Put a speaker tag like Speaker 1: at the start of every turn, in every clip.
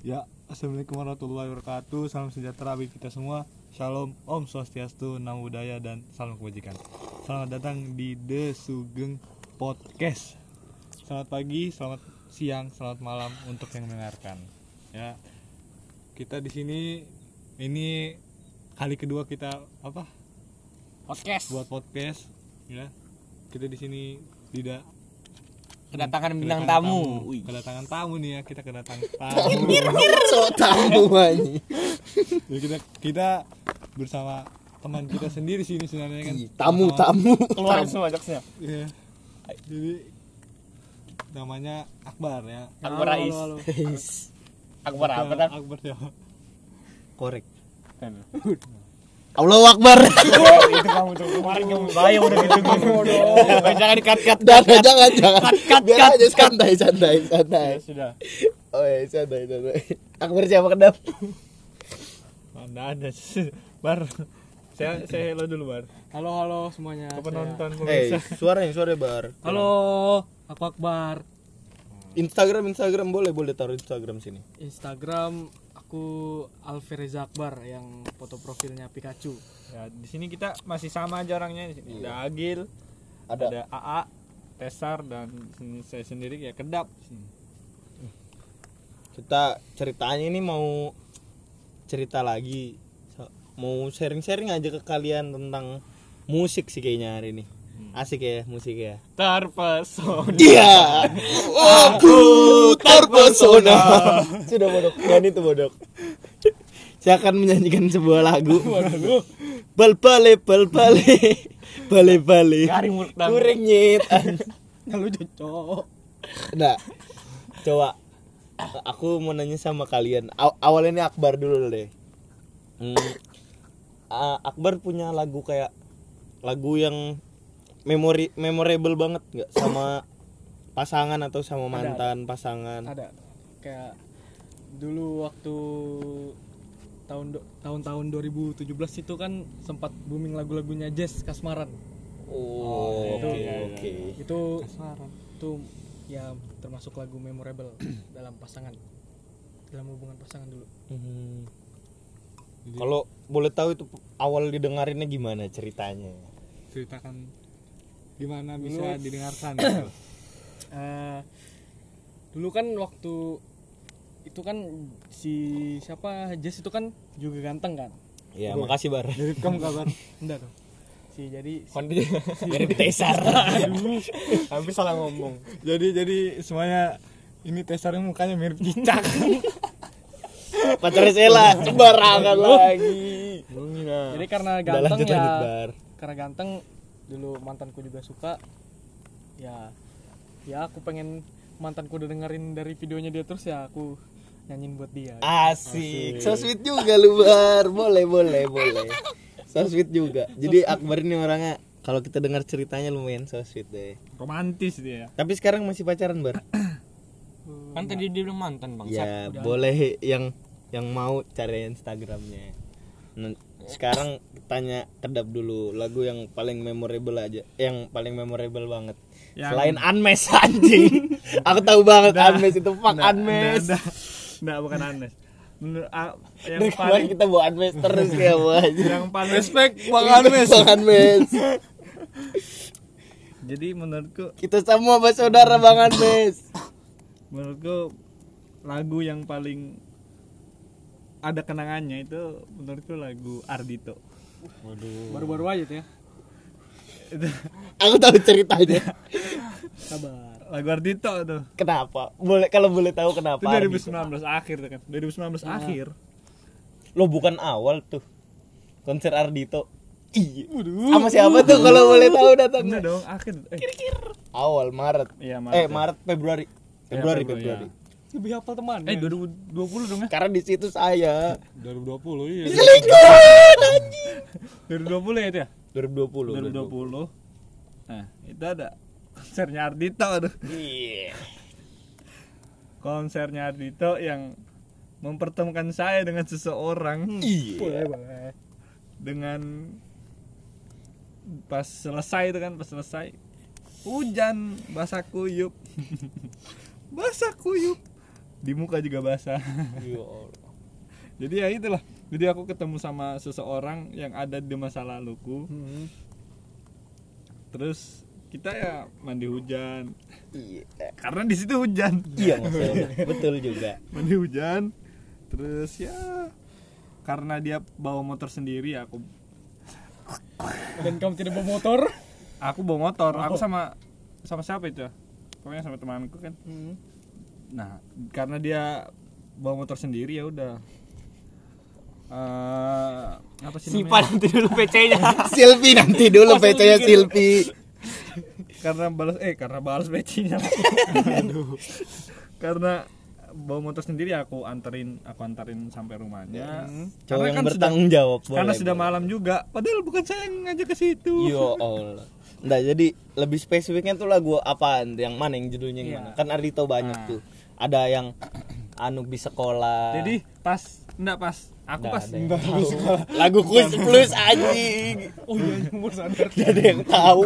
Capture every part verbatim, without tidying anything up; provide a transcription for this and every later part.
Speaker 1: Ya, assalamualaikum warahmatullahi wabarakatuh. Salam sejahtera bagi kita semua. Shalom, Om Swastiastu, Namo Buddhaya, dan salam kebajikan. Selamat datang di The Sugeng Podcast. Selamat pagi, selamat siang, selamat malam untuk yang mendengarkan. Ya, kita di sini ini kali kedua kita apa?
Speaker 2: Podcast.
Speaker 1: Buat podcast. Ya, kita di sini tidak
Speaker 2: Kedatangan bintang tamu.
Speaker 1: tamu. Kedatangan tamu nih ya, kita kedatangan tamu.
Speaker 3: So tamu aja.
Speaker 1: Jadi kita kita bersama teman kita sendiri sini sebenarnya kan.
Speaker 3: Tamu
Speaker 1: Sama-
Speaker 3: tamu.
Speaker 2: Keluarin semua jokesnya.
Speaker 1: Iya. Jadi namanya Akbar ya.
Speaker 2: Akbar
Speaker 1: Halo,
Speaker 2: Rais.
Speaker 1: halo, halo.
Speaker 2: Akbar apa dah?
Speaker 1: Akbar ya.
Speaker 3: Korek. Allahu Akbar.
Speaker 2: Itu kamu tuh kemarin kamu bayang udah gitu gitu. Jangan dikat-kat.
Speaker 3: Jangan jangan jangan.
Speaker 2: Cut, cut,
Speaker 3: Biar
Speaker 2: cut,
Speaker 3: aja santai santai santai.
Speaker 2: Ya sudah.
Speaker 3: Oh ya santai santai. Akbar siapa kedap?
Speaker 1: Mana ada Bar. Saya saya hello dulu Bar.
Speaker 4: Halo halo semuanya.
Speaker 1: Ke penonton
Speaker 3: Eh,
Speaker 1: pemirsa.
Speaker 3: suaranya suara bar.
Speaker 4: Halo, aku Akbar.
Speaker 3: Instagram Instagram boleh boleh taruh Instagram sini.
Speaker 4: Instagram aku Alfireza Akbar yang foto profilnya Pikachu.
Speaker 1: Ya, di sini kita masih sama aja orangnya di sini.
Speaker 3: Iya.
Speaker 1: Ada Agil,
Speaker 3: Ada.
Speaker 1: ada A A, Tesar dan sini saya sendiri ya Kedap.
Speaker 3: Kita ceritanya ini mau cerita lagi. Mau sharing-sharing aja ke kalian tentang musik sih kayaknya hari ini. Asik ya musik ya.
Speaker 1: Terpesona.
Speaker 3: Iya. Aku terpesona. Sudah bodok. Dan itu bodok. Saya akan menyanyikan sebuah lagu. Bal bale bal bale. Bale bale.
Speaker 2: Garing mulut dan.
Speaker 3: Kuring nyit.
Speaker 4: Halo cocok.
Speaker 3: Nah. Coba aku mau nanya sama kalian. Aw- awalnya ini Akbar dulu deh. Hmm. A- Akbar punya lagu kayak lagu yang memori memorable banget nggak sama pasangan atau sama mantan pasangan?
Speaker 4: Ada kayak dulu waktu tahun do- tahun-tahun dua ribu tujuh belas itu kan sempat booming lagu-lagunya Jazz Kasmaran.
Speaker 3: Oh,
Speaker 1: iya,
Speaker 3: oke
Speaker 1: iya, iya.
Speaker 3: oke.
Speaker 4: Itu itu ya termasuk lagu memorable dalam pasangan. Dalam hubungan pasangan dulu.
Speaker 3: Hmm.
Speaker 1: Jadi,
Speaker 3: Kalau boleh tahu itu awal didengarinnya gimana ceritanya?
Speaker 1: ceritakan gimana bisa
Speaker 4: Dulu-
Speaker 1: didengarkan gitu.
Speaker 4: Eh, dulu kan waktu itu kan si siapa Jazz itu kan juga ganteng kan.
Speaker 3: Ya, makasih Bar.
Speaker 1: Jadi kamu kabar?
Speaker 4: Enggak tuh. Si jadi si,
Speaker 2: Kondi.
Speaker 3: Biar ditesar.
Speaker 2: Hampir salah ngomong.
Speaker 1: Jadi jadi semuanya ini Tesarnya mukanya mirip cicak.
Speaker 3: Pacarnya Sela sembarangan lagi.
Speaker 4: jadi karena
Speaker 3: Udah
Speaker 4: ganteng
Speaker 3: lanjut
Speaker 4: ya.
Speaker 3: lanjut Bar.
Speaker 4: Karena ganteng dulu mantanku juga suka. Ya ya aku pengen mantanku udah dengerin dari videonya dia terus ya aku nyanyiin buat dia.
Speaker 3: Asik. So sweet juga lu Bar. Boleh boleh boleh. So sweet juga. Jadi Akbar ini orangnya kalau kita dengar ceritanya lumayan so sweet deh.
Speaker 1: Romantis dia.
Speaker 3: Tapi sekarang masih pacaran Bar?
Speaker 2: Kan tadi dia bilang mantan bang.
Speaker 3: Ya boleh yang yang mau cari Instagramnya. Nah, sekarang tanya Kedap dulu lagu yang paling memorable aja, yang paling memorable banget.
Speaker 1: Yang-
Speaker 3: Selain Unmesh anjing. Aku tahu banget Unmesh itu fuck Unmesh.
Speaker 1: Nggak, nggak, bukan Unmesh. Menurut ah, yang
Speaker 3: Dari kemarin
Speaker 1: paling
Speaker 3: kita bawa Unmesh terus kayak apa aja.
Speaker 1: yang paling respect Bang Unmesh.
Speaker 3: Bang Unmesh.
Speaker 1: Jadi menurutku
Speaker 3: Kita semua bersaudara Bang Unmesh.
Speaker 1: menurutku lagu yang paling ada kenangannya itu menurutku lagu Ardhito.
Speaker 4: Baru-baru aja tuh ya.
Speaker 1: Itu
Speaker 3: Aku tahu ceritanya.
Speaker 4: Sabar.
Speaker 1: lagu Ardhito tuh.
Speaker 3: Kenapa? Boleh kalau boleh tahu kenapa?
Speaker 1: Itu dua ribu sembilan belas akhir tuh kan. dua ribu sembilan belas akhir.
Speaker 3: Lo bukan awal tuh konser Ardhito. Iya. Sama siapa tuh kalau boleh tahu datangnya?
Speaker 1: Enggak dong, akhir. Eh,
Speaker 3: Awal Maret.
Speaker 1: Iya, Maret
Speaker 3: Eh
Speaker 1: ya.
Speaker 3: Maret Februari.
Speaker 1: Ya,
Speaker 3: Februari
Speaker 1: Februari,
Speaker 3: Februari.
Speaker 4: Lebih hafal teman.
Speaker 1: eh dua ribu dua puluh dong ya.
Speaker 3: Karena di situ saya
Speaker 1: dua ribu dua puluh iya.
Speaker 3: selingkuhan anjing.
Speaker 1: dua ribu dua puluh ya itu ya?
Speaker 3: dua ribu dua puluh.
Speaker 1: dua ribu dua puluh. Nah, itu ada konsernya Ardhito tuh.
Speaker 3: Iya.
Speaker 1: Konsernya Ardhito yang mempertemukan saya dengan seseorang.
Speaker 3: Iya.
Speaker 4: Boleh, boleh.
Speaker 1: Dengan pas selesai itu kan, pas selesai hujan basah kuyup. Basah kuyup. di muka juga basah.
Speaker 3: Ya Allah.
Speaker 1: Jadi ya itulah. Jadi aku ketemu sama seseorang yang ada di masa laluku.
Speaker 4: Hmm.
Speaker 1: Terus kita ya mandi hujan.
Speaker 3: Iya.
Speaker 1: Karena di situ hujan.
Speaker 3: Iya maksudnya. Betul juga.
Speaker 1: Mandi hujan. Terus ya karena dia bawa motor sendiri, aku
Speaker 4: Dan kamu tidak bawa motor?
Speaker 1: aku bawa motor. Aku sama sama siapa itu? Pokoknya sama temanku kan.
Speaker 4: Hmm.
Speaker 1: Nah, karena dia bawa motor sendiri ya udah. Eh, apa sih
Speaker 2: Simpan
Speaker 1: namanya?
Speaker 2: nanti dulu P C-nya.
Speaker 3: Silpi nanti dulu P C-nya Silpi.
Speaker 1: Karena balas eh karena balas P C-nya. Aduh. Karena bawa motor sendiri aku anterin aku anterin sampai rumahnya.
Speaker 3: Cowok yang
Speaker 1: kan
Speaker 3: bertanggung
Speaker 1: sudah,
Speaker 3: jawab.
Speaker 1: karena
Speaker 3: boleh,
Speaker 1: sudah
Speaker 3: boleh.
Speaker 1: malam juga. Padahal bukan saya yang ngajak ke situ.
Speaker 3: Yo Allah. Nggak, jadi lebih spesifiknya tuh lagu apaan? Yang mana yang judulnya yang
Speaker 4: Iya.
Speaker 3: mana? Kan Ardito banyak
Speaker 1: Nah.
Speaker 3: tuh. Ada yang anu di sekolah.
Speaker 1: Jadi pas enggak pas aku
Speaker 3: Nggak
Speaker 1: pas
Speaker 3: ada yang tahu. Lagu Kus Plus anjing.
Speaker 4: Oh iya, umur sadar.
Speaker 3: Nggak ada yang tahu.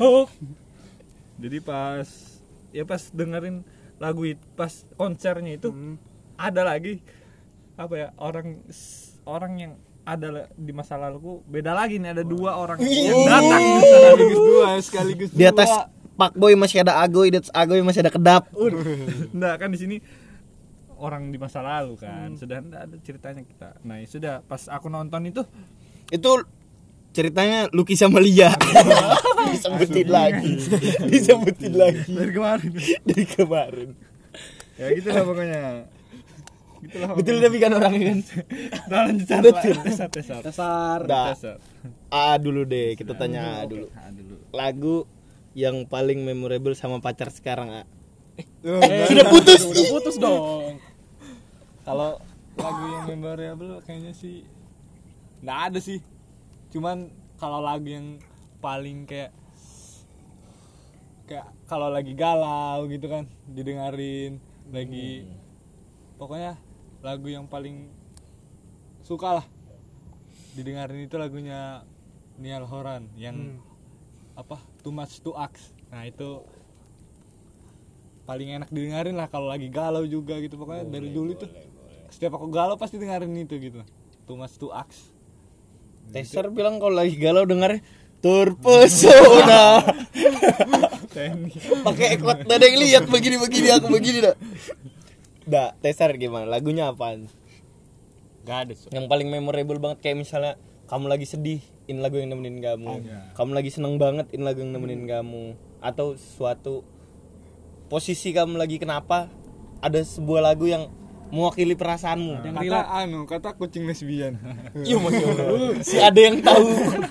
Speaker 1: Jadi pas ya pas dengerin lagu itu, pas konsernya itu ada lagi apa ya orang orang yang ada di masa laluku beda lagi nih, ada dua orang yang datang sekaligus dua sekaligus
Speaker 3: Di atas
Speaker 1: dua.
Speaker 3: Pak Boy masih ada Agoy, di atas Agoy masih ada Kedap.
Speaker 1: Nggak kan di sini orang di masa lalu kan sudah nggak ada ceritanya kita. Nah ya sudah pas aku nonton itu
Speaker 3: Itu ceritanya Lucky sama Lia. Disebutin lagi. Disebutin lagi
Speaker 1: dari kemarin
Speaker 3: dari kemarin.
Speaker 1: ya gitulah pokoknya gitulah
Speaker 3: Betul tapi kan orangnya kan.
Speaker 1: nah, lanjut cara tesar tesar
Speaker 4: Dasar.
Speaker 3: Dah.
Speaker 1: tesar
Speaker 3: A dulu deh, kita tanya A dulu.
Speaker 1: nah, dulu
Speaker 3: Lagu yang paling memorable sama pacar sekarang A.
Speaker 4: Eh,
Speaker 3: sudah putus.
Speaker 4: Udah putus dong.
Speaker 2: Kalau lagu yang memorable kayaknya sih nggak ada sih. Cuman kalau lagu yang paling kayak kayak kalau lagi galau gitu kan didengarin lagi pokoknya lagu yang paling suka lah didengarin itu lagunya Niall Horan yang apa Too Much to Ask. Nah itu paling enak didengarin lah kalau lagi galau juga gitu pokoknya dari dulu tuh setiap aku galau pasti dengerin itu gitu Too Much to Ask.
Speaker 3: Teser bilang kalau lagi galau denger terpesona. Pakai ekot dada yang lihat begini-begini aku begini dah. Dah, Teser gimana? Lagunya apaan?
Speaker 2: Gak ada so.
Speaker 3: Yang paling memorable banget kayak misalnya kamu lagi sedih, in lagu yang nemenin kamu. Kamu lagi seneng banget, in lagu yang nemenin kamu. Atau suatu posisi kamu lagi kenapa, ada sebuah lagu yang mewakili perasaanmu.
Speaker 4: Yang
Speaker 2: Kata
Speaker 4: relate.
Speaker 2: anu, kata kucing lesbian.
Speaker 3: Iya masih si ada yang tahu.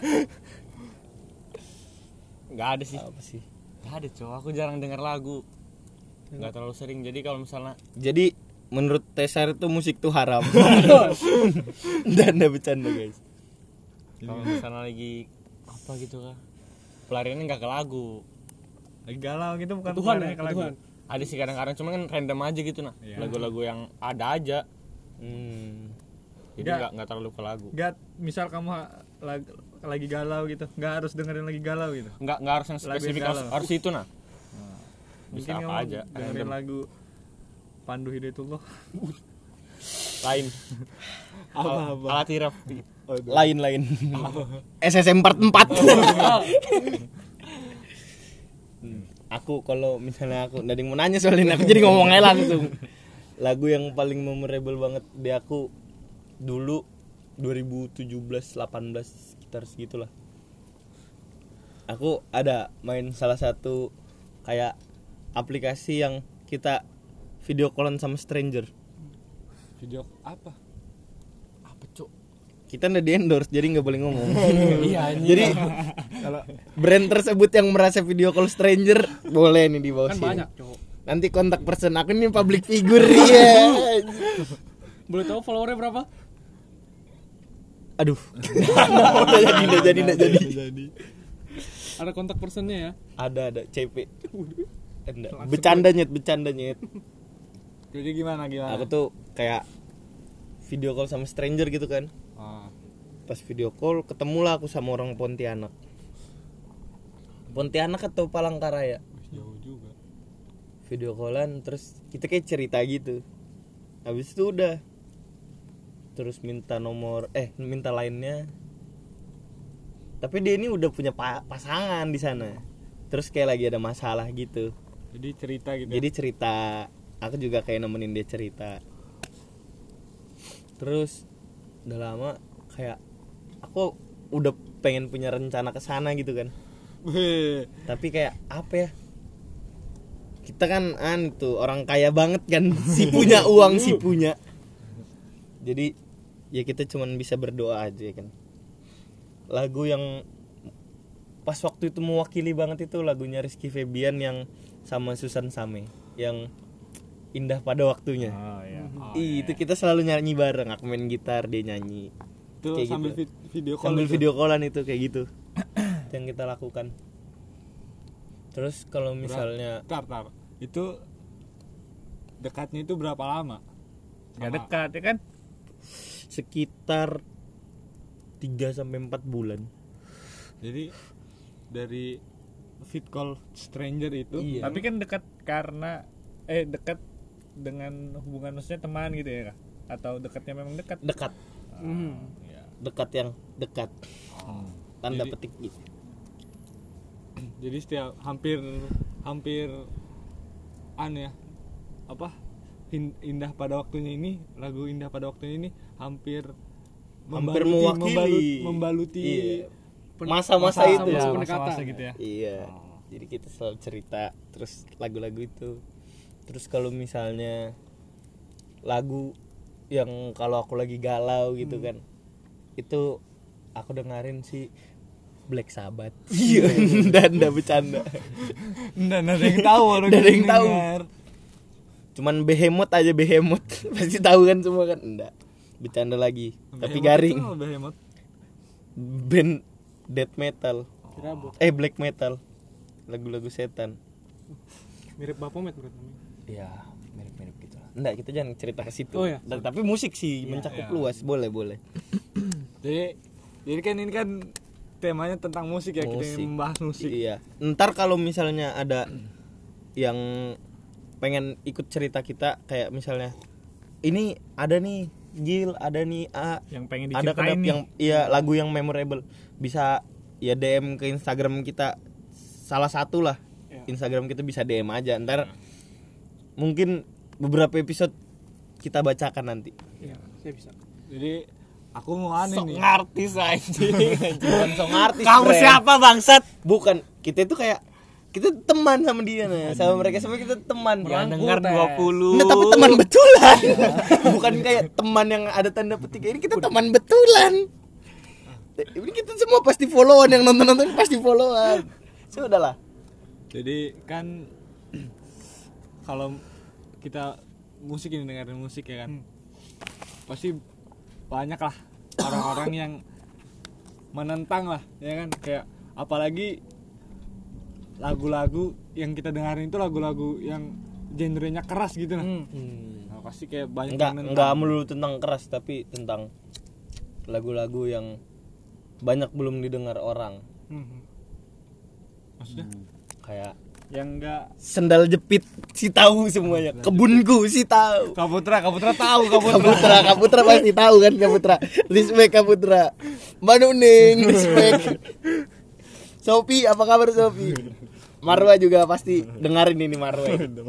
Speaker 2: Gak ada sih.
Speaker 3: Apa sih?
Speaker 2: Gak ada cowok, aku jarang denger lagu. Gak terlalu sering. Jadi kalau misalnya
Speaker 3: Jadi menurut Teser itu musik tuh haram. Dan ada bercanda guys.
Speaker 2: kalau misalnya lagi apa gitu kah, pelariannya nggak ke lagu.
Speaker 1: lagi galau gitu bukan
Speaker 4: Tuhan
Speaker 1: pelariannya
Speaker 4: ya,
Speaker 1: ke lagu.
Speaker 4: Tuhan.
Speaker 2: Ada sih kadang-kadang cuma kan random aja gitu nah.
Speaker 1: Iya.
Speaker 2: Lagu-lagu yang ada aja.
Speaker 3: Hmm.
Speaker 2: Jadi
Speaker 1: Nggak.
Speaker 2: nggak nggak terlalu ke lagu.
Speaker 1: Gak, misal kamu ha- lag- lagi galau gitu, nggak harus dengerin lagi galau gitu.
Speaker 2: Nggak nggak harus yang
Speaker 1: Lagu
Speaker 2: spesifik
Speaker 1: yang
Speaker 2: harus,
Speaker 1: galau.
Speaker 2: harus itu nah.
Speaker 1: Mungkin
Speaker 2: Bisa
Speaker 1: kamu
Speaker 2: apa aja.
Speaker 1: dengerin
Speaker 2: Random.
Speaker 1: lagu Pandu Hidayatullah.
Speaker 2: Lain.
Speaker 4: Apa apa.
Speaker 2: Alat tiraf.
Speaker 3: Lain-lain. S S M empat puluh empat. Hmm. Aku kalau misalnya aku nggak ada yang mau nanya soalnya aku jadi ngomong aja langsung. Lagu yang paling memorable banget di aku dulu dua ribu tujuh belas delapan belas sekitar segitulah. Aku ada main salah satu kayak aplikasi yang kita video callan sama stranger.
Speaker 2: Video apa? Apa cuk?
Speaker 3: Kita udah di endorse jadi nggak boleh ngomong.
Speaker 2: Iya
Speaker 3: Jadi kalau brand tersebut yang merasa video call stranger boleh nih di bawah
Speaker 4: Kan
Speaker 3: sini.
Speaker 4: banyak, cowok.
Speaker 3: Nanti kontak person aku ini public figure ya.
Speaker 4: Boleh tahu followernya berapa?
Speaker 3: Aduh. Udah jadi, udah jadi, udah jadi.
Speaker 4: Ada kontak personnya ya.
Speaker 3: Ada ada C P. Enggak. Bercanda nyet, bercanda nyet.
Speaker 2: Jadi gimana gimana?
Speaker 3: Aku tuh kayak video call sama stranger gitu kan.
Speaker 2: Ah.
Speaker 3: Pas video call ketemulah aku sama orang Pontianak. Pontianak atau Palangkaraya.
Speaker 2: Jauh juga.
Speaker 3: Video callan terus kita kayak cerita gitu. habis itu udah terus minta nomor eh minta lainnya, tapi dia ini udah punya pa- pasangan di sana, terus kayak lagi ada masalah gitu,
Speaker 2: Jadi cerita gitu.
Speaker 3: jadi cerita, aku juga kayak nemenin dia cerita. Terus udah lama kayak aku udah pengen punya rencana ke sana gitu kan,
Speaker 2: Weh,
Speaker 3: tapi kayak apa ya, kita kan an tuh orang kaya banget kan, si punya uang si punya, jadi ya kita cuman bisa berdoa aja kan. Lagu yang pas waktu itu mewakili banget itu lagunya Rizky Febian yang sama Susan Same, yang Indah Pada Waktunya.
Speaker 2: Oh iya. Oh,
Speaker 3: Ih, itu kita selalu nyanyi bareng, aku main gitar dia nyanyi.
Speaker 2: Itu
Speaker 3: Kayak
Speaker 2: sambil
Speaker 3: gitu.
Speaker 2: vid- video call.
Speaker 3: Sambil
Speaker 2: itu.
Speaker 3: video callan itu kayak gitu. Itu yang kita lakukan. Terus kalau misalnya
Speaker 2: Tar, tar. Itu dekatnya itu berapa lama?
Speaker 1: Nggak
Speaker 2: Sama-
Speaker 1: dekat ya kan?
Speaker 3: sekitar tiga sampai empat bulan.
Speaker 2: Jadi dari fit call stranger itu
Speaker 3: Iya.
Speaker 1: Tapi kan dekat karena eh dekat dengan hubungan maksudnya teman gitu ya kak? Atau dekatnya memang dekat?
Speaker 3: Dekat,
Speaker 4: Hmm.
Speaker 1: Ya.
Speaker 3: dekat yang dekat. Tanda
Speaker 2: Jadi-
Speaker 3: petik gitu.
Speaker 2: jadi setiap hampir hampir aneh ya, apa hin- indah pada waktunya ini lagu indah pada waktunya ini hampir
Speaker 3: Hampir
Speaker 2: membaluti-
Speaker 3: mewakili.
Speaker 2: membalut- membaluti
Speaker 3: Iya.
Speaker 2: pen-
Speaker 3: Masa-masa
Speaker 2: masa-
Speaker 3: itu.
Speaker 2: masa
Speaker 1: Ya,
Speaker 2: pendekatan.
Speaker 1: masa-masa gitu ya.
Speaker 3: Iya. Jadi kita selalu cerita terus lagu-lagu itu. Terus kalau misalnya lagu yang kalau aku lagi galau gitu kan, itu aku dengerin si Black Sabbath. Iya, dan enggak bercanda.
Speaker 2: Nggak nggak ada yang tahu orang
Speaker 3: Nggak ada yang tahu.
Speaker 2: dengar.
Speaker 3: Cuman Behemoth aja Behemoth. Pasti tahu kan semua kan? Enggak. Bercanda lagi. Tapi
Speaker 2: Behemoth
Speaker 3: garing.
Speaker 2: itu apa, Behemoth?
Speaker 3: Band death metal.
Speaker 4: Kira bu-
Speaker 3: Eh black metal. Lagu-lagu setan.
Speaker 4: mirip Baphomet berarti.
Speaker 3: Ya, mirip-mirip gitu lah. Enggak, kita jangan cerita ke situ.
Speaker 4: Oh, ya.
Speaker 3: Dan- tapi musik sih mencakup
Speaker 2: iya.
Speaker 3: luas, boleh, boleh.
Speaker 2: Jadi jadi kan ini kan temanya tentang musik ya, kita
Speaker 3: Musik.
Speaker 2: ingin membahas musik.
Speaker 3: Iya. Ntar kalau misalnya ada yang pengen ikut cerita kita kayak misalnya ini ada nih Gil, ada nih A,
Speaker 1: Yang pengen
Speaker 3: ada
Speaker 1: diceritain
Speaker 3: kedap
Speaker 1: nih.
Speaker 3: yang iya lagu yang memorable, bisa ya D M ke Instagram kita, salah satu lah.
Speaker 4: Ya.
Speaker 3: Instagram kita bisa D M aja. Ntar mungkin beberapa episode kita bacakan nanti.
Speaker 4: Iya, saya bisa.
Speaker 2: Jadi aku mau aneh
Speaker 3: Sok
Speaker 2: nih.
Speaker 3: ngartis anjing. Bukan sok ngartis.
Speaker 1: Kamu
Speaker 3: Bren.
Speaker 1: siapa bangsat?
Speaker 3: Bukan, kita itu kayak kita teman sama dia nah, sama mereka semua kita teman.
Speaker 1: Yang
Speaker 4: Merangkul,
Speaker 1: dengar
Speaker 4: Tes.
Speaker 1: dua puluh.
Speaker 3: Nah, tapi teman betulan. Bukan kayak teman yang ada tanda petik. Ini kita teman betulan. Ini kita semua pasti followan, yang nonton-nonton pasti followan. Sudah lah.
Speaker 2: Jadi kan kalau kita musik ini dengerin musik ya kan, pasti banyak lah orang-orang yang menentang lah ya kan, kayak apalagi lagu-lagu yang kita dengerin itu lagu-lagu yang genrenya keras gitu nah.
Speaker 4: Hmm.
Speaker 2: Nah, pasti kayak banyak
Speaker 3: Enggak,
Speaker 2: yang nentang.
Speaker 3: enggak melulu tentang keras, tapi tentang lagu-lagu yang banyak belum didengar orang.
Speaker 4: Hmm.
Speaker 2: Maksudnya
Speaker 3: Kayak
Speaker 2: yang enggak
Speaker 3: sendal jepit si tahu semuanya. Kebunku si tahu.
Speaker 2: Kaputra, Kaputra tahu Kaputra.
Speaker 3: Kaputra, Kaputra pasti tahu kan Kaputra. Respect Kaputra. Manuning, respect. Sopi, apa kabar Sopi? Marwa juga pasti dengerin ini Marwa.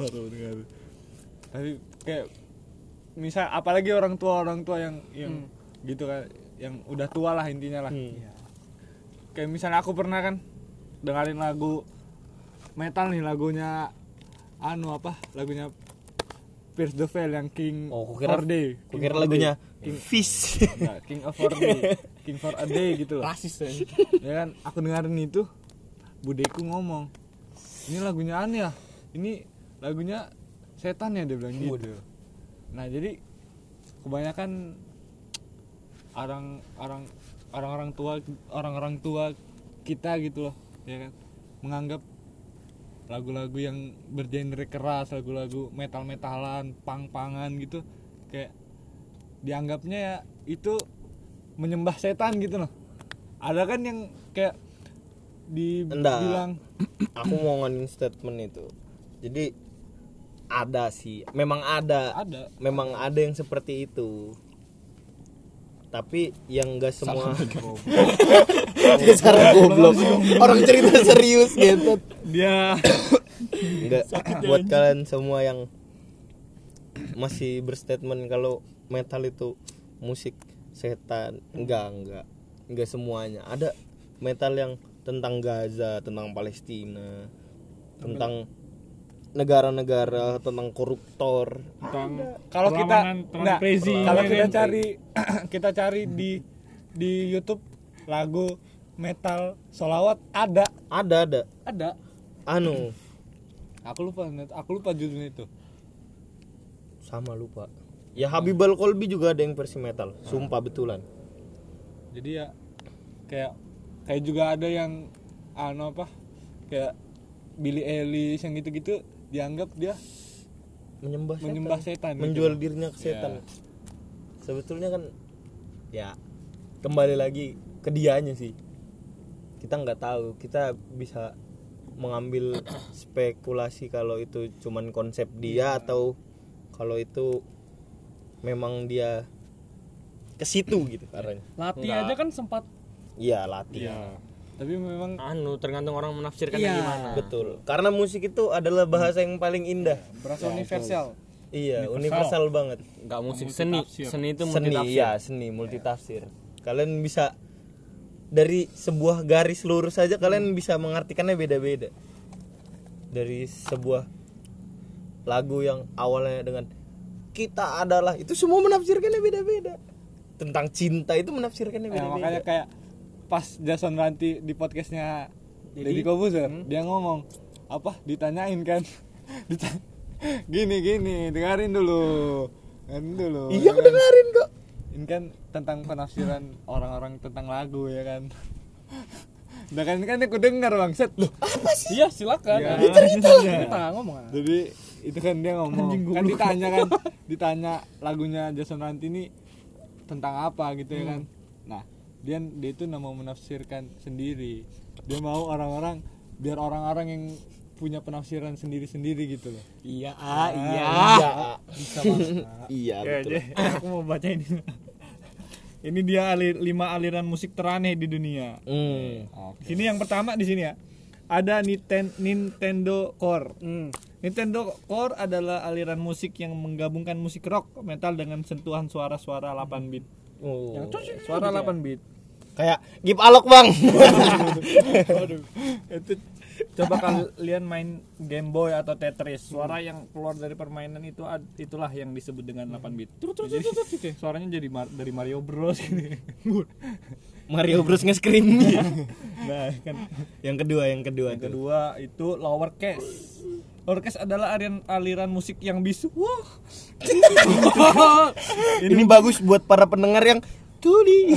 Speaker 2: Tapi kayak misal apalagi orang tua orang tua yang yang gitu kan, yang udah tua lah intinya lah.
Speaker 3: Hmm.
Speaker 2: Kayak misalnya aku pernah kan dengerin lagu metal nih, lagunya anu apa, lagunya Pierce the Veil yang King
Speaker 3: Oh, kukira,
Speaker 2: for Day. King
Speaker 3: kukira
Speaker 2: for
Speaker 3: lagunya
Speaker 2: Day. King,
Speaker 3: Fish.
Speaker 2: Enggak, King of for Day, King for a Day gitu loh.
Speaker 4: Rasis ya.
Speaker 2: Ya kan, aku dengerin itu, budeku ngomong, ini lagunya aneh ya, ini lagunya setan ya, dia bilang gitu. Nah jadi kebanyakan orang orang orang-orang tua orang-orang tua kita gitu loh ya kan, menganggap lagu-lagu yang bergenre keras, lagu-lagu metal-metalan, pang-pangan gitu, kayak dianggapnya ya itu menyembah setan gitu loh. Ada kan yang kayak
Speaker 3: Enggak.
Speaker 2: dibilang
Speaker 3: Aku mau ngomongin statement itu. Jadi ada sih, memang ada.
Speaker 2: Ada.
Speaker 3: Memang ada yang seperti itu. Tapi yang enggak semua dasar goblok. Orang cerita serius gitu.
Speaker 1: Dia
Speaker 3: Enggak, buat kalian semua yang masih berstatement kalau metal itu musik setan, enggak, enggak. Enggak semuanya. Ada metal yang tentang Gaza, tentang Palestina, tentang negara-negara, tentang koruptor.
Speaker 1: tentang
Speaker 2: Kalau kita
Speaker 1: perlawanan, tentang
Speaker 2: enggak,
Speaker 1: crazy.
Speaker 2: kalau kita
Speaker 1: kan?
Speaker 2: cari kita cari di di YouTube lagu metal solawat ada.
Speaker 3: Ada, ada.
Speaker 4: Ada.
Speaker 3: Anu,
Speaker 2: Aku lupa aku lupa judulnya itu.
Speaker 3: sama lupa. Ya Habibal Kolbi juga ada yang versi metal. Sumpah betulan.
Speaker 2: Jadi ya kayak kayak juga ada yang anu apa? Kayak Billie Eilish yang gitu-gitu dianggap dia
Speaker 3: Menyembah setan.
Speaker 2: menyembah setan gitu.
Speaker 3: Menjual dirinya ke setan.
Speaker 2: Ya.
Speaker 3: Sebetulnya kan ya kembali lagi ke dianya sih. Kita nggak tahu, kita bisa mengambil spekulasi kalau itu cuman konsep dia atau kalau itu memang dia ke situ gitu arahnya.
Speaker 4: Lati
Speaker 5: Enggak.
Speaker 4: aja kan sempat.
Speaker 3: Iya, latih.
Speaker 2: Iya. Tapi memang
Speaker 5: anu tergantung orang menafsirkan
Speaker 4: Iya.
Speaker 5: gimana.
Speaker 3: Betul. Karena musik itu adalah bahasa yang paling indah.
Speaker 4: Berasa universal.
Speaker 3: Iya, universal, banget.
Speaker 5: Enggak musik seni. Seni itu
Speaker 3: Seni,
Speaker 5: multitafsir.
Speaker 3: ya, seni multitafsir. Kalian bisa dari sebuah garis lurus saja kalian bisa mengartikannya beda-beda. Dari sebuah lagu yang awalnya dengan kita adalah, itu semua menafsirkannya beda-beda. Tentang cinta itu menafsirkannya
Speaker 2: ya,
Speaker 3: beda-beda.
Speaker 2: makanya kayak pas Jason Ranti di podcastnya Deddy Kobuzer
Speaker 3: Hmm.
Speaker 2: dia ngomong apa ditanyain kan Dita- gini gini dengerin dulu dengerin dulu
Speaker 3: Iya,
Speaker 2: ya
Speaker 3: aku dengerin kok.
Speaker 2: ini kan tentang penafsiran orang-orang tentang lagu ya kan. Nah kan kan aku dengar bangset loh.
Speaker 4: Iya, silakan.
Speaker 2: Ya.
Speaker 4: Nah, cerita ngomong. ah.
Speaker 2: Jadi itu kan dia ngomong kan ditanya kan ditanya lagunya Jason Ranti ini tentang apa gitu ya kan. Nah dia dia itu nggak mau menafsirkan sendiri, dia mau orang-orang biar orang-orang yang punya penafsiran sendiri-sendiri gitu loh.
Speaker 4: Iya, ah, iya.
Speaker 3: Iya.
Speaker 2: Bisa masuk.
Speaker 3: Iya,
Speaker 1: Ya,
Speaker 3: betul.
Speaker 1: jadi aku mau baca ini. Ini dia alir, lima aliran musik teraneh di dunia.
Speaker 3: Hmm.
Speaker 1: Sini yang pertama di sini ya. Ada Niten- Nintendo Core.
Speaker 4: Hmm.
Speaker 1: Nintendo Core adalah aliran musik yang menggabungkan musik rock, metal dengan sentuhan suara-suara delapan bit.
Speaker 3: Oh.
Speaker 1: Suara delapan bit.
Speaker 3: Kayak Gip Alok, Bang.
Speaker 1: Waduh. Itu coba kalian main Game Boy atau Tetris, suara yang keluar dari permainan itu ad- itulah yang disebut dengan delapan bit. Jadi suaranya jadi mar- dari Mario Bros ini.
Speaker 3: Mario Bros nge-scream.
Speaker 1: Nah, kan
Speaker 3: Yang kedua, yang kedua
Speaker 1: yang
Speaker 3: tuh.
Speaker 1: kedua itu lower case. Lower case adalah aliran aliran musik yang bisu. Wah.
Speaker 3: Ini bagus buat para pendengar yang tuli.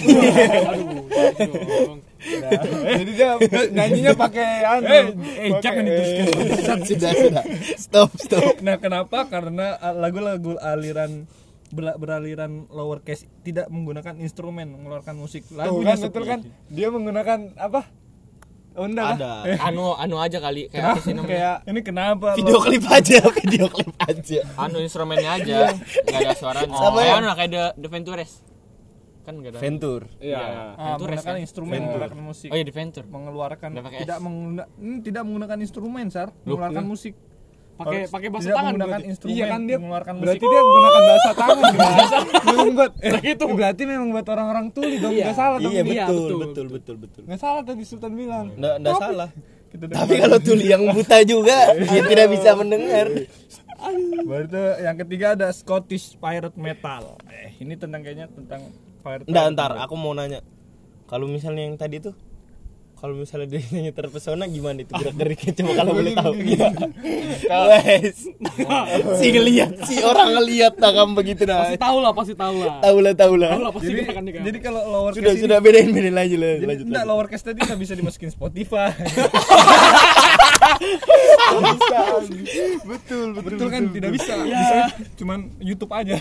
Speaker 2: Jadi dia nyanyinya pakai anu.
Speaker 1: Eh, eh
Speaker 2: pakai-
Speaker 1: jangan diteruskan.
Speaker 3: sudah, sudah. Stop, stop.
Speaker 1: Nah, kenapa? Karena uh, lagu-lagu aliran ber- beraliran lower case tidak menggunakan instrumen mengeluarkan musik.
Speaker 2: Tuh
Speaker 1: Lagunya
Speaker 2: kan betul kan dia menggunakan apa? Oh, enggak.
Speaker 3: Ada.
Speaker 5: Anu anu aja kali kayak apa sih namanya?
Speaker 2: Kayak
Speaker 1: ini kenapa?
Speaker 3: Video
Speaker 1: lo-
Speaker 3: klip aja, video klip aja.
Speaker 5: Anu instrumennya aja. Enggak ada suaranya.
Speaker 3: Sama
Speaker 5: Kayak
Speaker 3: ya.
Speaker 5: anu kayak The, The Ventures. Kan enggak ada.
Speaker 3: Ventur.
Speaker 2: iya.
Speaker 1: Ah,
Speaker 5: Ventures
Speaker 1: menggunakan
Speaker 5: kan?
Speaker 1: instrumen mengeluarkan musik.
Speaker 5: Oh iya The Venture.
Speaker 1: Mengeluarkan
Speaker 5: Nggak pakai
Speaker 1: tidak
Speaker 5: S.
Speaker 1: menggunakan tidak menggunakan instrumen, Sar. Mengeluarkan musik.
Speaker 4: Pakai pakai bahasa
Speaker 1: Tidak
Speaker 4: tangan
Speaker 1: menggunakan
Speaker 4: berarti.
Speaker 1: instrumen.
Speaker 2: Iya kan dia
Speaker 1: mengeluarkan musik.
Speaker 2: berarti dia menggunakan bahasa tangan bahasa memang buat itu berarti memang buat orang-orang tuli dong nggak salah dong
Speaker 3: Iya,
Speaker 2: ini.
Speaker 3: betul,
Speaker 4: betul,
Speaker 3: betul, betul, betul.
Speaker 2: Nggak salah tadi Sultan bilang
Speaker 3: Nggak, nggak salah.
Speaker 1: Kita
Speaker 3: Tapi kalau tuli yang buta juga, dia tidak bisa mendengar.
Speaker 1: Baru itu yang ketiga ada Scottish Pirate Metal. Eh, ini tentang kayaknya tentang pirate.
Speaker 3: Nggak, ntar aku mau nanya. Kalau misalnya yang tadi tuh, kalau misalnya dia nyanyi terpesona gimana itu gerak-geriknya, coba kalau boleh tahu. Wes. Si ngelihat, si orang ngelihat takam begitu nah.
Speaker 4: Pasti tahu lah, pasti tahu lah.
Speaker 3: Tahu lah, tahu lah.
Speaker 4: Tahu lah pasti
Speaker 1: Jadi,
Speaker 4: gerakannya kayak
Speaker 1: jadi kalau lower
Speaker 3: Sudah,
Speaker 1: case
Speaker 3: sudah bedain bedain lanjut lanjut.
Speaker 1: ini,
Speaker 3: lanjut,
Speaker 1: enggak,
Speaker 3: lanjut.
Speaker 1: lower case tadi nggak bisa dimasukin Spotify.
Speaker 3: Betul, betul.
Speaker 1: Betul kan? Tidak bisa. Bisa cuman YouTube aja.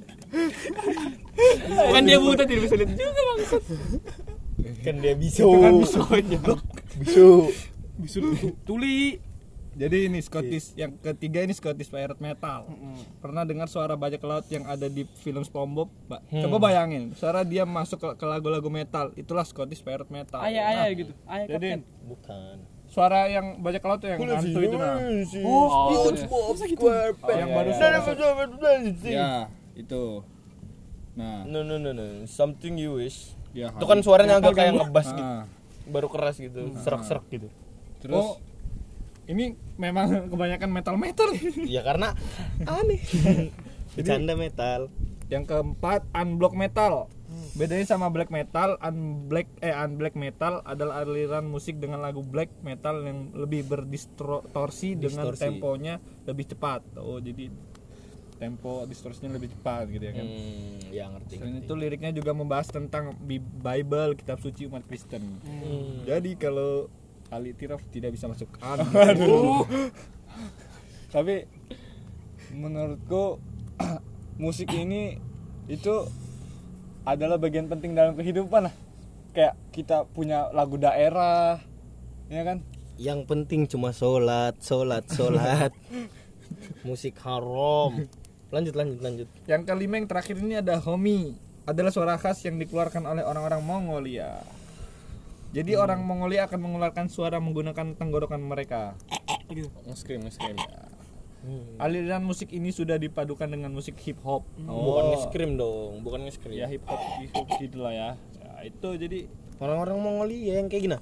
Speaker 5: Kan dia buta tidak bisa lihat juga maksud.
Speaker 3: Kan dia bisa.
Speaker 1: Itu kan bisa.
Speaker 3: Bisa.
Speaker 1: Bisa tuli.
Speaker 2: Jadi ini Scottish, yang ketiga ini Scottish pirate metal. Pernah dengar suara bajak laut yang ada di film SpongeBob, Mbak?
Speaker 3: Hmm.
Speaker 2: Coba bayangin, suara dia masuk ke, ke lagu-lagu metal, itulah Scottish pirate metal.
Speaker 4: Ayah-ayah
Speaker 2: Nah,
Speaker 4: gitu. Ayah
Speaker 2: jadi
Speaker 4: kapten.
Speaker 3: Bukan.
Speaker 2: suara yang bajak laut tuh yang hantu itu nah.
Speaker 4: Oh,
Speaker 2: itu
Speaker 4: iya.
Speaker 2: yang baru
Speaker 3: iya.
Speaker 2: suara.
Speaker 3: Ya.
Speaker 2: itu. Nah,
Speaker 3: No no no no, something you wish.
Speaker 2: ya,
Speaker 3: Itu kan suaranya agak kayak
Speaker 2: ganggu.
Speaker 3: ngebas gitu.
Speaker 2: Nah,
Speaker 3: Baru keras gitu, serak-serak gitu.
Speaker 2: terus oh, ini memang kebanyakan metal-metal.
Speaker 3: Ya karena aneh. Bercanda metal.
Speaker 2: Yang keempat unblock metal. Bedanya sama black metal, unblack eh unblack metal adalah aliran musik dengan lagu black metal yang lebih berdistorsi dengan
Speaker 3: Distorsi.
Speaker 2: temponya lebih cepat. Oh, jadi tempo distorsinya lebih cepat gitu ya kan.
Speaker 3: Hmm, ya ngerti.
Speaker 2: Selain itu liriknya juga membahas tentang Bi- Bible, kitab suci umat Kristen.
Speaker 3: Hmm.
Speaker 2: Jadi kalau Ali Tiraf tidak bisa masuk Aduh. Tapi menurutku musik ini itu adalah bagian penting dalam kehidupan lah. Kayak kita punya lagu daerah, ya kan?
Speaker 3: Yang penting cuma sholat, sholat, sholat. Musik haram. Lanjut, lanjut, lanjut.
Speaker 2: Yang kelima yang terakhir ini ada homi, adalah suara khas yang dikeluarkan oleh orang-orang Mongolia. Jadi
Speaker 3: Hmm.
Speaker 2: orang Mongolia akan mengeluarkan suara menggunakan tenggorokan mereka.
Speaker 5: Nge-scream, nge-scream.
Speaker 3: Hmm.
Speaker 2: Aliran musik ini sudah dipadukan dengan musik hip hop.
Speaker 3: Bukan nge-scream dong, bukan nge-scream.
Speaker 2: Ya hip hop, hip hop gitulah ya. Ya itu jadi
Speaker 3: Orang-orang Mongolia yang kayak gini.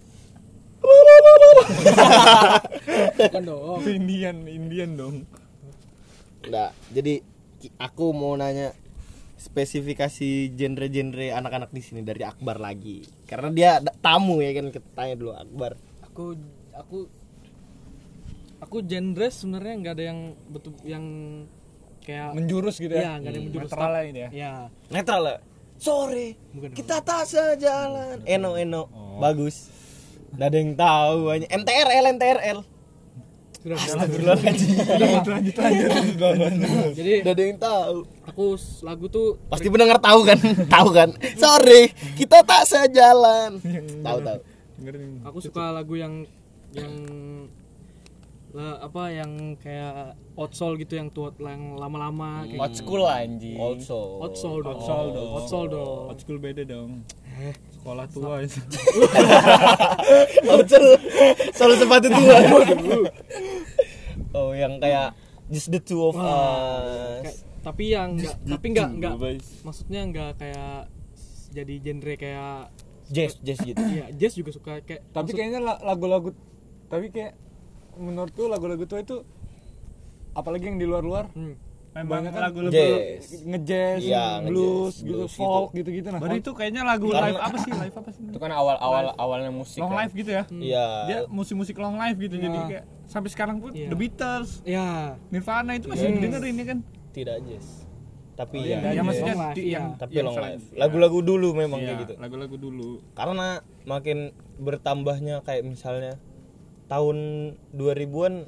Speaker 4: Bukan dong.
Speaker 2: Indian, Indian dong.
Speaker 3: Enggak. Jadi ki- aku mau nanya spesifikasi genre-genre anak-anak di sini dari Akbar lagi. Karena dia da- tamu ya kan, kita tanya dulu Akbar.
Speaker 4: Aku aku aku genre sebenarnya nggak ada yang betul yang kayak
Speaker 2: Menjurus gitu
Speaker 4: Iya,
Speaker 2: ya.
Speaker 4: nggak ada yang menjurus.
Speaker 2: Netral lah ini ya.
Speaker 4: Ya.
Speaker 3: Netral lah. Sore
Speaker 4: Bukan.
Speaker 3: kita tak sejalan. Eno Eno. Bagus. Nggak ada yang tahu hanya N T R L N T R L.
Speaker 4: Sudah.
Speaker 3: Astagfirullahaladzim.
Speaker 2: Lanjut lanjut lanjut.
Speaker 4: Jadi
Speaker 3: Nggak ada yang tahu.
Speaker 4: aku s- lagu tuh
Speaker 3: Pasti pendengar tahu kan? Tahu kan? Sore kita tak sejalan. Tahu tahu.
Speaker 2: Dengerin.
Speaker 4: aku suka lagu yang yang lah, apa yang kayak old soul gitu yang tua yang lama-lama kayak
Speaker 5: Old school lah anjing.
Speaker 3: Also.
Speaker 4: old soul dong.
Speaker 2: Old soul dong.
Speaker 4: Old soul dong.
Speaker 2: Old school beda dong. Sekolah tua itu.
Speaker 3: Outsol, selalu sepatu tua. Oh, yang kayak just the two of
Speaker 4: Kayak-
Speaker 3: us.
Speaker 4: tapi yang nggak tapi nggak nggak maksudnya nggak kayak jadi genre kayak
Speaker 3: Jazz, jazz gitu.
Speaker 4: ya jazz juga suka kayak
Speaker 2: Tapi
Speaker 4: maksud-
Speaker 2: kayaknya la- lagu-lagu tapi kayak menurutku lagu-lagu tua itu apalagi yang di luar-luar
Speaker 4: hmm.
Speaker 2: memang
Speaker 1: Banyak
Speaker 2: lagu
Speaker 1: lagu
Speaker 2: lebih
Speaker 3: jazz.
Speaker 2: ngejazz,
Speaker 3: Iya,
Speaker 2: blues,
Speaker 3: ngejazz,
Speaker 2: gitu,
Speaker 3: blues
Speaker 2: folk
Speaker 3: gitu.
Speaker 2: gitu-gitu nah.
Speaker 1: Baru itu kayaknya lagu
Speaker 3: Karena-
Speaker 1: live apa sih? Live apa sih?
Speaker 5: Itu kan awal-awal awalnya musik.
Speaker 1: Long
Speaker 5: kan.
Speaker 1: live gitu ya.
Speaker 3: Iya.
Speaker 1: Dia musik-musik long live gitu jadi
Speaker 2: Nah.
Speaker 1: kayak sampai sekarang pun
Speaker 4: Iya.
Speaker 1: The Beatles,
Speaker 4: ya
Speaker 1: Nirvana itu masih
Speaker 3: Hmm.
Speaker 1: didengerin ya kan?
Speaker 3: Tidak jazz. Tapi
Speaker 2: Oh,
Speaker 3: ya,
Speaker 2: iya,
Speaker 1: Ya maksudnya
Speaker 4: long live,
Speaker 1: di-
Speaker 4: iya.
Speaker 1: yang
Speaker 3: tapi
Speaker 1: yang
Speaker 3: long
Speaker 1: selain-
Speaker 3: live. Lagu-lagu dulu memang
Speaker 1: Iya,
Speaker 3: kayak gitu.
Speaker 1: lagu-lagu dulu.
Speaker 3: Karena makin bertambahnya kayak misalnya tahun dua ribuan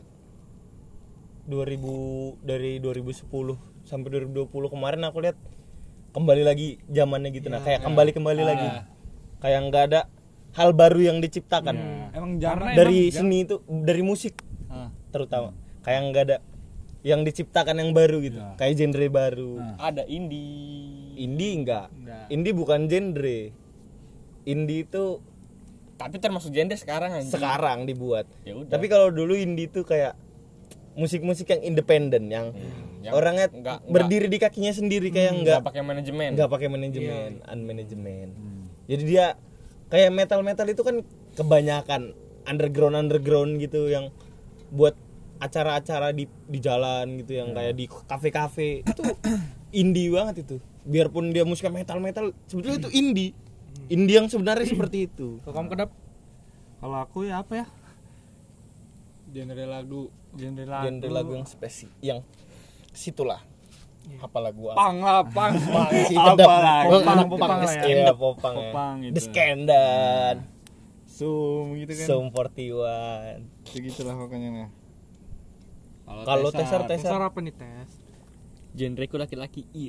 Speaker 3: dua ribu dari dua ribu sepuluh sampai dua ribu dua puluh kemarin aku lihat kembali lagi zamannya gitu nah kayak kembali-kembali lagi. Kayak nggak ada hal baru yang diciptakan.
Speaker 2: Emang jarang
Speaker 3: Dari seni itu dari musik
Speaker 2: Ah.
Speaker 3: terutama kayak nggak ada yang diciptakan yang baru gitu. Kayak genre baru.
Speaker 5: Ada indie.
Speaker 3: Indie enggak.
Speaker 1: Enggak.
Speaker 3: Indie bukan genre. Indie itu
Speaker 5: Tapi termasuk genre sekarang anjing.
Speaker 3: sekarang dibuat.
Speaker 5: Ya udah.
Speaker 3: Tapi kalau dulu indie itu kayak musik-musik yang independen yang,
Speaker 5: yang
Speaker 3: orangnya
Speaker 5: enggak-
Speaker 3: berdiri di kakinya sendiri kayak enggak
Speaker 5: Nggak pakai manajemen.
Speaker 3: enggak pakai manajemen, unmanajemen. Jadi dia kayak metal-metal itu kan kebanyakan underground underground gitu yang buat acara-acara di di jalan gitu yang kayak di kafe-kafe itu indie banget itu. Biarpun dia musiknya metal-metal sebetulnya itu indie. Indie yang sebenarnya seperti itu.
Speaker 4: kalau kamu kedap
Speaker 1: Kalau aku ya apa ya?
Speaker 2: genre lagu, genre lagu.
Speaker 3: Genre lagu yang spesifik yang situlah. Apa lagu apa?
Speaker 2: pang lah, pang.
Speaker 3: Si
Speaker 2: Apa
Speaker 3: kedap.
Speaker 2: lagi?
Speaker 3: Oh,
Speaker 2: Popang,
Speaker 3: anak
Speaker 2: popang
Speaker 3: punk
Speaker 2: lah ya.
Speaker 3: Iya, popang ya.
Speaker 2: Popang gitu.
Speaker 3: The Scandan,
Speaker 2: Zoom gitu kan.
Speaker 3: Sum empat puluh satu.
Speaker 2: Gitu lah pokoknya nah.
Speaker 3: Kalau teser
Speaker 4: tes
Speaker 3: teser
Speaker 4: apa nih tes
Speaker 5: Genreku laki-laki. Iya.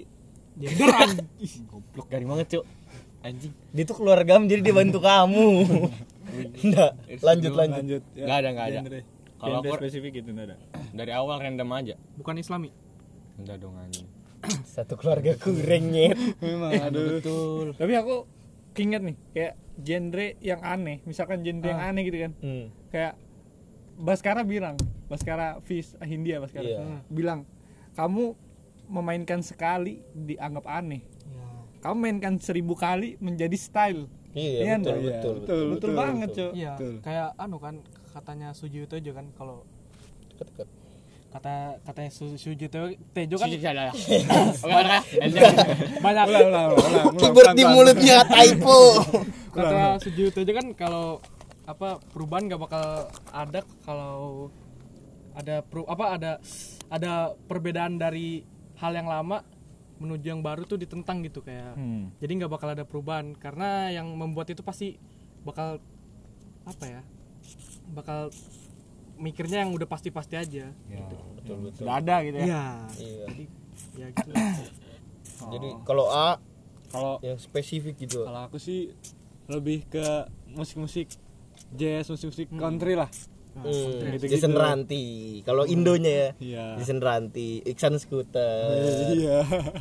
Speaker 3: goblok garing banget, Cuk. Anjing. Dia tuh keluarga jadi dia bantu kamu. Enggak, lanjut lanjut.
Speaker 2: Lanjut. Ya,
Speaker 5: Nggak ada, nggak ada.
Speaker 2: genre.
Speaker 5: Kalau
Speaker 2: genre
Speaker 5: aku
Speaker 2: spesifik gitu enggak ada.
Speaker 5: dari awal random aja.
Speaker 4: Bukan Islami.
Speaker 5: Udah dong anjing.
Speaker 3: Satu keluarga kurang nyet.
Speaker 2: Memang aduh.
Speaker 4: Betul.
Speaker 2: Tapi aku keinget nih kayak genre yang aneh, misalkan genre yang aneh gitu kan.
Speaker 3: Hmm.
Speaker 2: Kayak Baskara bilang, Baskara Fis Hindia Baskara
Speaker 3: Iya.
Speaker 2: bilang, kamu memainkan sekali dianggap aneh. Kamu mainkan seribu kali menjadi style.
Speaker 3: Iya, betul,
Speaker 2: enggak?
Speaker 3: betul,
Speaker 2: Iya,
Speaker 3: betul,
Speaker 2: betul, betul banget, Cok.
Speaker 4: Iya,
Speaker 2: Betul.
Speaker 4: kayak anu kan katanya Suji Tejo kan kalau
Speaker 3: Deket-deket.
Speaker 4: kata katanya Su- Suji Tejo, Tejo kan
Speaker 5: Oke, oke.
Speaker 4: banyak
Speaker 2: Ulang, ulang, ulang, ulang, ulang,
Speaker 3: Keyboard di
Speaker 2: pelan-pelan.
Speaker 3: mulutnya typo.
Speaker 4: kata Suji Tejo kan kalau apa perubahan gak bakal ada kalau ada peru, apa ada ada perbedaan dari hal yang lama menuju yang baru tuh ditentang gitu kayak
Speaker 2: Hmm.
Speaker 4: jadi nggak bakal ada perubahan karena yang membuat itu pasti bakal apa ya bakal mikirnya yang udah pasti-pasti aja
Speaker 2: Ya,
Speaker 3: Betul, betul.
Speaker 2: sudah ada gitu ya.
Speaker 4: iya
Speaker 3: Iya.
Speaker 4: jadi ya gitu
Speaker 3: Jadi kalau A
Speaker 2: Kalau
Speaker 3: yang spesifik gitu.
Speaker 2: kalau aku sih lebih ke musik-musik jazz, musik-musik country lah.
Speaker 3: Hmm,
Speaker 2: gitu-gitu.
Speaker 3: Jason Ranti. Kalau Indonya ya.
Speaker 2: Iya.
Speaker 3: Jason Ranti, Iksan Scooter,
Speaker 2: Iya.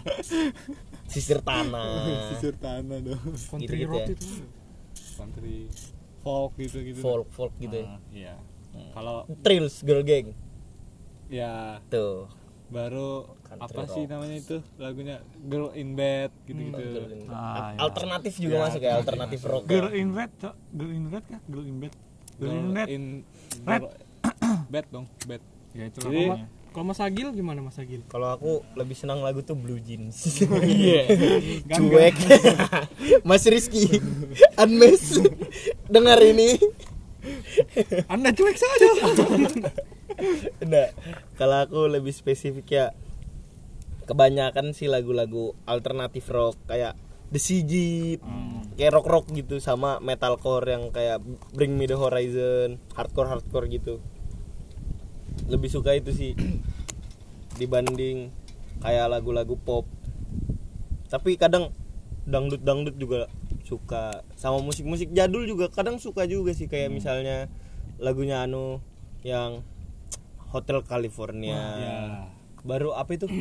Speaker 3: Sisir Tanah,
Speaker 2: Sisir tanah dong.
Speaker 4: country
Speaker 3: Gitu-gitu
Speaker 4: rock
Speaker 3: ya.
Speaker 4: itu
Speaker 2: Country folk gitu-gitu.
Speaker 3: folk folk gitu. ya.
Speaker 2: Ah, iya. Kalau
Speaker 3: Trills Girl Gang.
Speaker 2: ya
Speaker 3: Tuh.
Speaker 2: baru
Speaker 3: Country
Speaker 2: apa
Speaker 3: rock.
Speaker 2: sih namanya itu lagunya Girl in Bed gitu-gitu.
Speaker 3: Girl in-
Speaker 4: Ah, iya.
Speaker 3: Alternatif juga
Speaker 2: Ya,
Speaker 3: masuk ya, alternatif rock.
Speaker 1: Girl in bed, Cok. Girl in bed kah? Girl in bed. Girl in bed.
Speaker 2: in
Speaker 1: Bed.
Speaker 2: Girl- bed dong, bed.
Speaker 1: Ya itu
Speaker 2: Jadi-
Speaker 1: namanya.
Speaker 4: kalau Mas Agil gimana Mas Agil
Speaker 3: Kalau aku lebih senang lagu tuh Blue Jeans.
Speaker 5: Iya.
Speaker 3: Cuek. Mas Rizky, Unmes, dengar ini.
Speaker 4: Anda cuek saja
Speaker 3: Enggak. Kalau aku lebih spesifik ya kebanyakan sih lagu-lagu alternatif rock kayak The Sigit, kayak rock-rock gitu sama metalcore yang kayak Bring Me The Horizon, hardcore-hardcore gitu. Lebih suka itu sih dibanding kayak lagu-lagu pop. Tapi kadang dangdut-dangdut juga suka, sama musik-musik jadul juga kadang suka juga sih kayak misalnya lagunya anu yang Hotel California.
Speaker 2: Ya.
Speaker 3: Baru apa itu?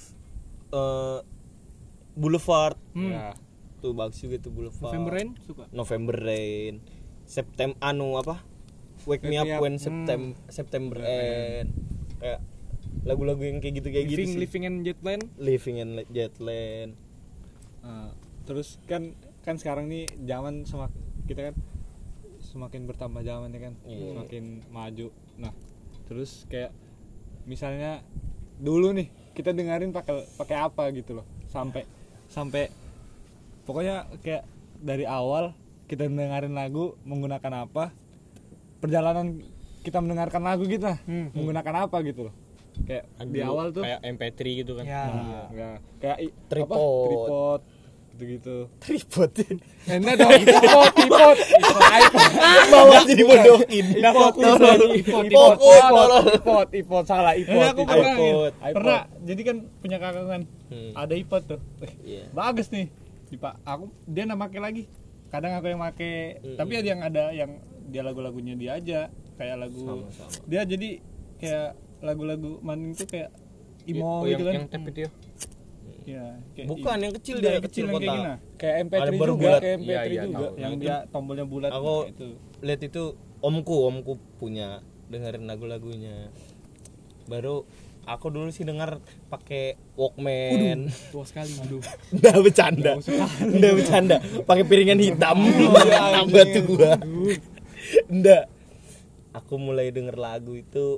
Speaker 3: Eh, Boulevard.
Speaker 2: Ya.
Speaker 3: Tuh bagus juga tuh Boulevard.
Speaker 4: November Rain suka
Speaker 3: November Rain. September anu apa? Wake Me Up When September September End. Kayak lagu-lagu yang kayak gitu kayak
Speaker 4: living
Speaker 3: gitu sih.
Speaker 4: living in Jetland
Speaker 3: Living in Jetland.
Speaker 2: Nah, terus kan kan sekarang nih zaman semak kita kan semakin bertambah zaman ya kan,
Speaker 3: Iya.
Speaker 2: semakin maju. Nah, terus kayak misalnya dulu nih kita dengerin pakai pakai apa gitu loh, sampai sampai pokoknya kayak dari awal kita dengerin lagu menggunakan apa, perjalanan kita mendengarkan lagu kita menggunakan apa gitu loh. Kayak di
Speaker 5: Dulu
Speaker 2: awal tuh
Speaker 5: kayak M P tiga gitu kan.
Speaker 4: ya
Speaker 2: Nah, ya, kayak i-
Speaker 3: Tripod.
Speaker 2: apa? Tripod gitu-gitu.
Speaker 3: Tripod.
Speaker 2: Eh, enggak dong, tripod, tripod. iPod.
Speaker 3: Bawa jadi bodohin.
Speaker 2: Enggak fokus lagi. Ipod, ipod,
Speaker 3: Fokus,
Speaker 2: ipod,
Speaker 3: tolong.
Speaker 2: ipod, ipod, salah ipod.
Speaker 1: Ini aku
Speaker 2: ipod.
Speaker 1: pernah,
Speaker 2: iPod.
Speaker 3: Ipod.
Speaker 2: Pernah. Jadi kan punya kakak kan,
Speaker 3: Hmm.
Speaker 2: ada ipod tuh. Eh,
Speaker 3: Iya.
Speaker 2: bagus nih. Dipa, aku dia nggak pakai lagi. Kadang aku yang pakai. Tapi ada yang ada yang dia lagu-lagunya dia aja, kayak lagu.
Speaker 3: Sama-sama.
Speaker 2: Dia jadi kayak lagu-lagu maning tuh kayak imo
Speaker 5: Oh,
Speaker 2: gitu
Speaker 5: yang,
Speaker 2: kan.
Speaker 5: yang tape itu ya.
Speaker 2: Ya, kayak
Speaker 3: Bukan, yang kecil
Speaker 2: Iya,
Speaker 3: dia,
Speaker 2: yang
Speaker 3: kecil
Speaker 2: yang kayak
Speaker 3: kotak.
Speaker 2: gini. Kayak M P
Speaker 3: Ada
Speaker 2: tiga
Speaker 3: baru
Speaker 2: juga,
Speaker 3: bulat.
Speaker 2: kayak M P tiga
Speaker 5: Iya, iya,
Speaker 2: juga.
Speaker 5: tahu.
Speaker 2: Yang
Speaker 3: Nah,
Speaker 2: dia tombolnya bulat.
Speaker 3: Aku
Speaker 2: kayak itu.
Speaker 3: lihat itu omku, omku punya dengerin lagu-lagunya. Baru aku dulu sih dengar pakai Walkman.
Speaker 4: tua sekali aduh
Speaker 3: Nggak bercanda. Nggak bercanda. Pakai piringan hitam. Tambah tua. Nggak. Aku mulai denger lagu itu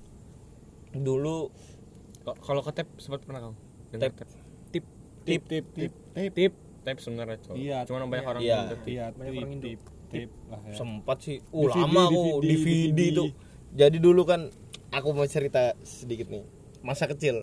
Speaker 3: dulu
Speaker 5: Kok- Kalau ke tape sempat pernah kamu?
Speaker 3: Tape.
Speaker 5: Tape.
Speaker 2: Tip, tip, tip, tip, tip, tip.
Speaker 5: Tape sebenarnya cowok.
Speaker 2: Iya.
Speaker 5: Cuma banyak orang
Speaker 3: Iya.
Speaker 5: yang ngerti.
Speaker 2: Iya,
Speaker 4: Banyak
Speaker 2: tip,
Speaker 4: orang Indo.
Speaker 2: tip, tip lah ya.
Speaker 3: sempat sih. Uh,
Speaker 2: D V D,
Speaker 3: lama aku
Speaker 2: D V D,
Speaker 3: D V D,
Speaker 2: D V D.
Speaker 3: itu. Jadi dulu kan aku mau cerita sedikit nih. Masa kecil.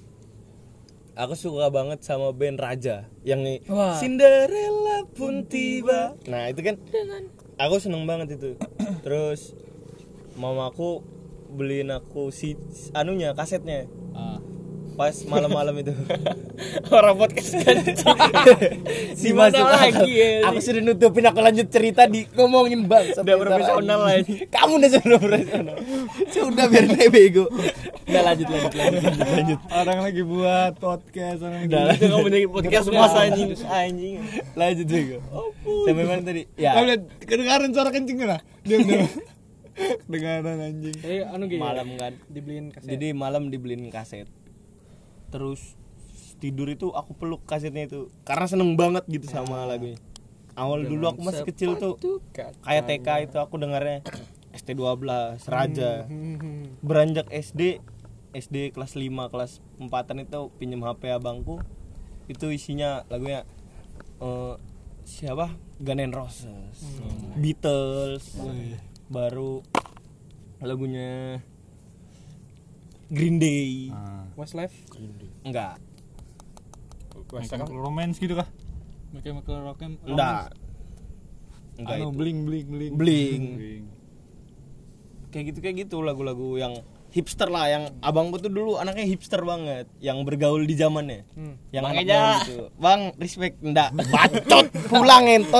Speaker 3: Aku suka banget sama band Raja yang nih
Speaker 4: Wah.
Speaker 3: Cinderella pun tiba. Nah, itu kan aku seneng banget itu. Terus mamaku beliin aku si anunya, kasetnya.
Speaker 2: Ah,
Speaker 3: pas malam-malam itu.
Speaker 5: Orang podcast kan.
Speaker 3: Si
Speaker 5: Gimana
Speaker 3: masuk
Speaker 5: lagi,
Speaker 3: akal.
Speaker 5: ya?
Speaker 3: Aku sudah nutupin, aku lanjut cerita di ngomongin bang.
Speaker 5: Udah profesional lah ini.
Speaker 3: Kamu udah sudah profesional. Sudah biar naik bego. Udah lanjut lanjut lanjut lanjut. lanjut.
Speaker 2: Orang lagi buat podcast, orang lagi.
Speaker 3: Udah
Speaker 5: Itu kamu bikin podcast semua anjing anjing.
Speaker 3: lanjut bego. Sampai mana tadi? Ya.
Speaker 2: Kamu lihat kedengaran suara kencing lah. Diam diam. Kedengaran anjing.
Speaker 4: Eh anu gitu.
Speaker 3: Malam kan.
Speaker 4: Dibeliin kaset.
Speaker 3: Jadi malam dibeliin kaset. Terus tidur itu aku peluk kasetnya itu karena seneng banget gitu sama lagunya. Awal dulu aku masih kecil tuh kayak T K itu aku dengarnya S T dua belas Raja. Beranjak S D S D kelas lima kelas empatan itu pinjem H P abangku. Itu isinya lagunya eh, siapa? Guns N' Roses, Beatles. Baru lagunya Green Day.
Speaker 4: Westlife.
Speaker 3: Enggak.
Speaker 2: Chemical Romance gitu kah? Chemical Romance.
Speaker 3: Enggak. Enggak
Speaker 2: Anu
Speaker 3: itu.
Speaker 2: bling bling bling.
Speaker 3: Bling. Kayak gitu kayak gitu lagu-lagu yang hipster lah, yang abangku tuh dulu anaknya hipster banget, yang bergaul di zamannya.
Speaker 4: Hmm.
Speaker 3: Yang
Speaker 5: Bang
Speaker 3: anak
Speaker 5: Eja.
Speaker 3: gaul gitu. Bang, respect. Enggak, bacot, pulang entot.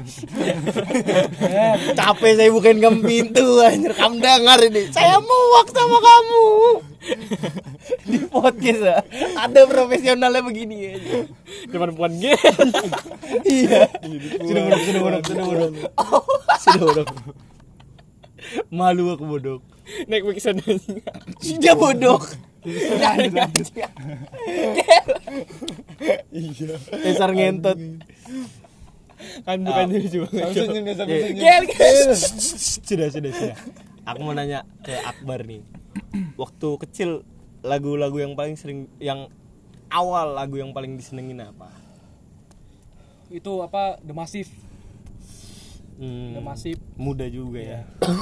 Speaker 3: Capek saya bukain kamu pintu anjir, kamu dengar ini. Saya muak sama kamu. Di podcast ya. Ada profesionalnya begini aja.
Speaker 5: Depan bukan game.
Speaker 3: Iya. Sudah bodoh, sudah bodoh, sudah bodoh. Sudah bodoh. Malu aku bodoh.
Speaker 5: Naik mic sana anjing.
Speaker 3: Sudah bodoh.
Speaker 2: Iya.
Speaker 3: Tesar ngentot.
Speaker 5: Kan bukan diri juga.
Speaker 2: Sampai senyum dia sampai senyum.
Speaker 3: Gel, gel. Sudah, sudah, sudah. Aku mau nanya ke Akbar nih. Waktu kecil lagu-lagu yang paling sering, yang awal lagu yang paling disenengin apa?
Speaker 4: Itu apa? The Massive.
Speaker 3: Hmm,
Speaker 4: The Massive.
Speaker 3: muda juga ya.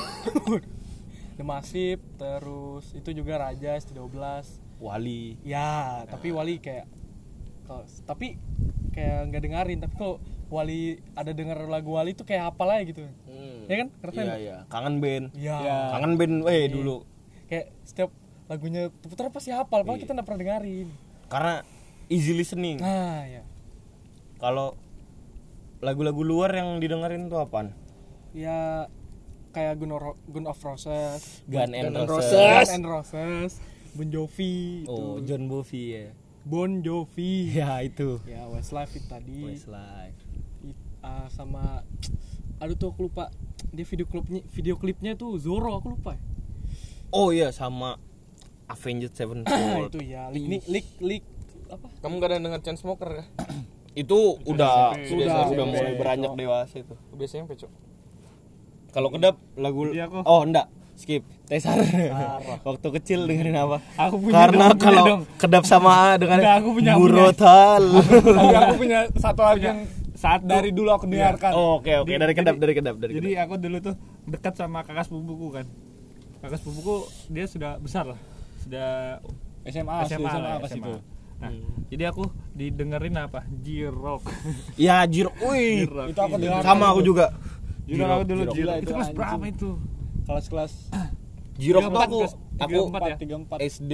Speaker 4: The Massive, terus itu juga Raja S T dua belas.
Speaker 3: Wali.
Speaker 4: Ya, tapi Wali kayak kalau tapi kayak nggak dengerin, tapi kalau Wali ada denger lagu Wali tuh kayak hafal aja gitu.
Speaker 3: Hmm.
Speaker 4: Ya kan? Keren.
Speaker 3: Iya, iya. Kangen band.
Speaker 4: Iya.
Speaker 3: Kangen band eh dulu.
Speaker 4: Kayak setiap lagunya putar pasti hafal, padahal
Speaker 3: Iya.
Speaker 4: kita nggak pernah dengerin.
Speaker 3: Karena easy listening.
Speaker 4: Nah, ya.
Speaker 3: Kalau lagu-lagu luar yang didengerin tuh apaan?
Speaker 4: Ya kayak Gun, Ro- Gun of Roses,
Speaker 3: Gun and
Speaker 4: Gun
Speaker 3: Roses.
Speaker 4: Gun and Roses, Bon Jovi,
Speaker 3: Oh,
Speaker 4: itu.
Speaker 3: John Bovi ya.
Speaker 4: Bon Jovi.
Speaker 3: Ya itu.
Speaker 4: Ya Westlife itu tadi.
Speaker 3: Westlife.
Speaker 4: It- ah, sama aduh tuh aku lupa. Dia video klipnya video klipnya tuh Zorro, aku lupa. Ya.
Speaker 3: Oh iya, sama Avenged Sevenfold.
Speaker 4: Itu ya, lik lik lik, lik apa?
Speaker 5: Kamu gak ada denger Chainsmoker kah?
Speaker 3: Itu udah
Speaker 4: S M P.
Speaker 3: sudah
Speaker 4: Sudah,
Speaker 3: sudah
Speaker 4: S M P.
Speaker 3: mulai beranjak dewasa itu.
Speaker 5: Biasanya pecok.
Speaker 3: Kalau kedap lagu
Speaker 2: Iya, aku.
Speaker 3: oh enggak, skip. Tesar. Waktu kecil dengerin apa?
Speaker 2: Aku punya
Speaker 3: Karena
Speaker 2: dong, punya
Speaker 3: kalau
Speaker 2: dong.
Speaker 3: kedap sama dengan
Speaker 2: Enggak, aku punya,
Speaker 3: Burotal.
Speaker 2: Tapi aku punya satu lagi yang saat dari dulu aku dengarkan.
Speaker 3: Oh, oke oke
Speaker 2: Di-
Speaker 3: dari kedap
Speaker 2: jadi-
Speaker 3: dari kedap dari
Speaker 2: Jadi
Speaker 3: kedap.
Speaker 2: aku dulu tuh dekat sama kakak sepupuku kan. Kakak sepupuku dia sudah besar lah. Sudah S M A,
Speaker 3: S M A
Speaker 2: S M A
Speaker 3: lah,
Speaker 2: pas
Speaker 3: S M A.
Speaker 2: itu. Nah, jadi aku didengerin apa? J-Rock.
Speaker 3: Ya, Jiro. Wih.
Speaker 2: Itu aku dengar.
Speaker 3: Sama aku juga.
Speaker 2: J-Rock aku dulu
Speaker 3: J-Rock.
Speaker 2: J-Rock. Itu
Speaker 6: Itu
Speaker 2: kelas
Speaker 6: anjing.
Speaker 2: berapa itu? Kelas-kelas
Speaker 3: Jirok tuh
Speaker 2: tiga
Speaker 3: aku
Speaker 2: empat,
Speaker 3: aku
Speaker 2: tiga empat ya? tiga empat.
Speaker 3: S D.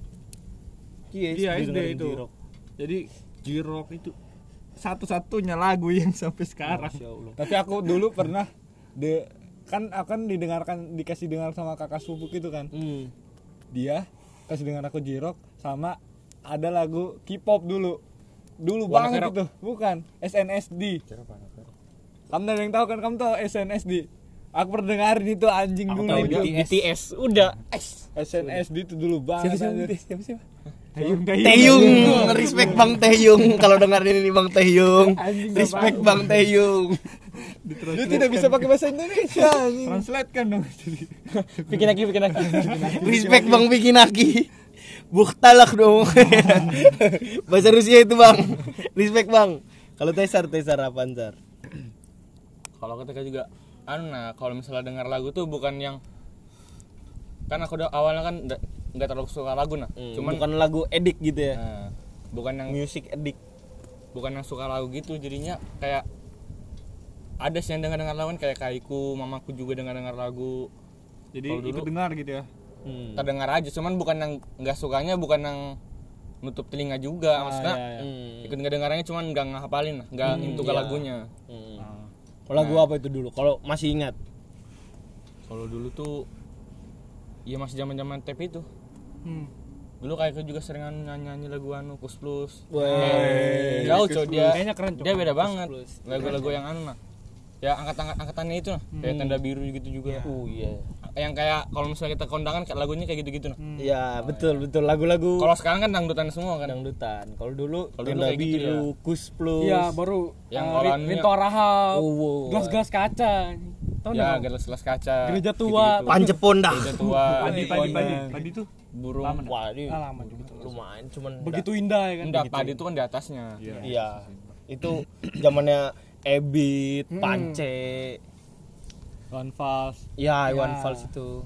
Speaker 3: Iya,
Speaker 2: Iya, S D
Speaker 3: dengerin
Speaker 2: itu.
Speaker 3: Jirok.
Speaker 2: Jadi J-Rock itu satu-satunya lagu yang sampai sekarang.
Speaker 3: Masya Allah.
Speaker 6: Tapi aku dulu pernah de kan akan didengarkan dikasih dengar sama kakak sepupu gitu kan.
Speaker 3: Hmm.
Speaker 6: Dia kasih dengar aku J-Rock sama ada lagu K-pop dulu. Dulu
Speaker 5: Warna
Speaker 6: banget
Speaker 5: Kerok.
Speaker 6: itu. Bukan, S N S D. Kamu ada yang tahu kan? Kamu tahu S N S D? Aku pernah dengerin itu anjing
Speaker 3: Aku
Speaker 6: dulu
Speaker 3: tahu
Speaker 6: itu.
Speaker 3: B T S.
Speaker 5: B T S udah.
Speaker 6: S N S D itu dulu banget. anjir.
Speaker 3: Siapa siapa?
Speaker 2: Teyung
Speaker 3: Teyung, respect Bang Teyung. Kalau dengerin ini Bang Teyung,
Speaker 6: Anjing,
Speaker 3: respect Bang Teyung.
Speaker 6: Dia tidak bisa pakai bahasa Indonesia anjing.
Speaker 2: Translate kan dong.
Speaker 5: Bikin lagi, bikin lagi.
Speaker 3: Respect Bang Bikinaki. Buktalak dong. Bahasa Rusia itu Bang. Respect Bang. Kalau Tesar, Tesar apaan Tar?
Speaker 5: Kalau ketika juga anu nah kalau misalnya dengar lagu tuh bukan yang kan aku udah awalnya kan nggak nggak terlalu suka lagu nah
Speaker 3: Hmm,
Speaker 5: cuman
Speaker 3: bukan lagu edik gitu ya.
Speaker 5: nah, bukan yang
Speaker 3: Music edik.
Speaker 5: bukan yang suka lagu gitu jadinya kayak ada sih yang dengar dengar lagu kan, kayak kaiku mamaku juga dengar dengar lagu
Speaker 2: Jadi
Speaker 5: Kalau dulu-
Speaker 2: ikut dengar gitu ya.
Speaker 3: Hmm.
Speaker 5: terdengar aja cuman bukan yang nggak sukanya bukan yang nutup telinga juga maksudnya.
Speaker 6: iya, iya.
Speaker 3: Hmm.
Speaker 5: Ikut ngedengarannya cuman nggak ngehafalin lah, nggak into ke
Speaker 3: iya.
Speaker 5: lagunya.
Speaker 3: Hmm.
Speaker 6: Ah.
Speaker 3: Kalau lagu apa itu dulu? Kalau masih ingat?
Speaker 5: Kalau dulu tuh ya masih zaman-zaman tape itu.
Speaker 4: Hmm.
Speaker 5: Dulu kayak aku juga seringan nyanyi-nyanyi lagu anu Kus Plus.
Speaker 3: Wey.
Speaker 5: Jauh coy dia.
Speaker 4: Kayaknya keren, Cok.
Speaker 5: Dia beda banget. Lagu-lagu yang anu lah. Ya angkat-angkat angkatannya itu lah. Kayak Tanda Biru gitu juga.
Speaker 3: Oh iya.
Speaker 5: Yang kayak kalau misalnya kita kondangan kayak lagunya kayak gitu-gitu nah.
Speaker 3: Iya, betul betul lagu-lagu
Speaker 5: Kalau sekarang kan dangdutan semua kan.
Speaker 3: dangdutan. Kalau dulu
Speaker 5: Kalau dulu
Speaker 3: Tenda
Speaker 5: kayak gitu
Speaker 3: Biru, Kus Plus.
Speaker 4: Iya, baru
Speaker 5: Yang
Speaker 4: eh,
Speaker 5: orang-
Speaker 4: Rin- Rinto Rahab.
Speaker 3: Oh, wow.
Speaker 4: Gelas-gelas kaca. Tahu
Speaker 5: Ya,
Speaker 4: enggak?
Speaker 5: gelas-gelas kaca.
Speaker 4: Gereja tua.
Speaker 5: gitu-gitu.
Speaker 3: Panjepon dah.
Speaker 5: Gereja tua.
Speaker 1: Padi padi padi padi tuh
Speaker 5: Burung.
Speaker 3: Wah, ini
Speaker 4: Ah, lama juga.
Speaker 3: lumayan cuman
Speaker 4: Begitu indah ya kan.
Speaker 5: Enggak, padi itu kan di atasnya.
Speaker 3: Iya. Itu zamannya Ebit,
Speaker 4: Hmm.
Speaker 3: Pance.
Speaker 6: One Fals.
Speaker 3: Ya, Iwan
Speaker 4: Ya.
Speaker 3: Fals itu.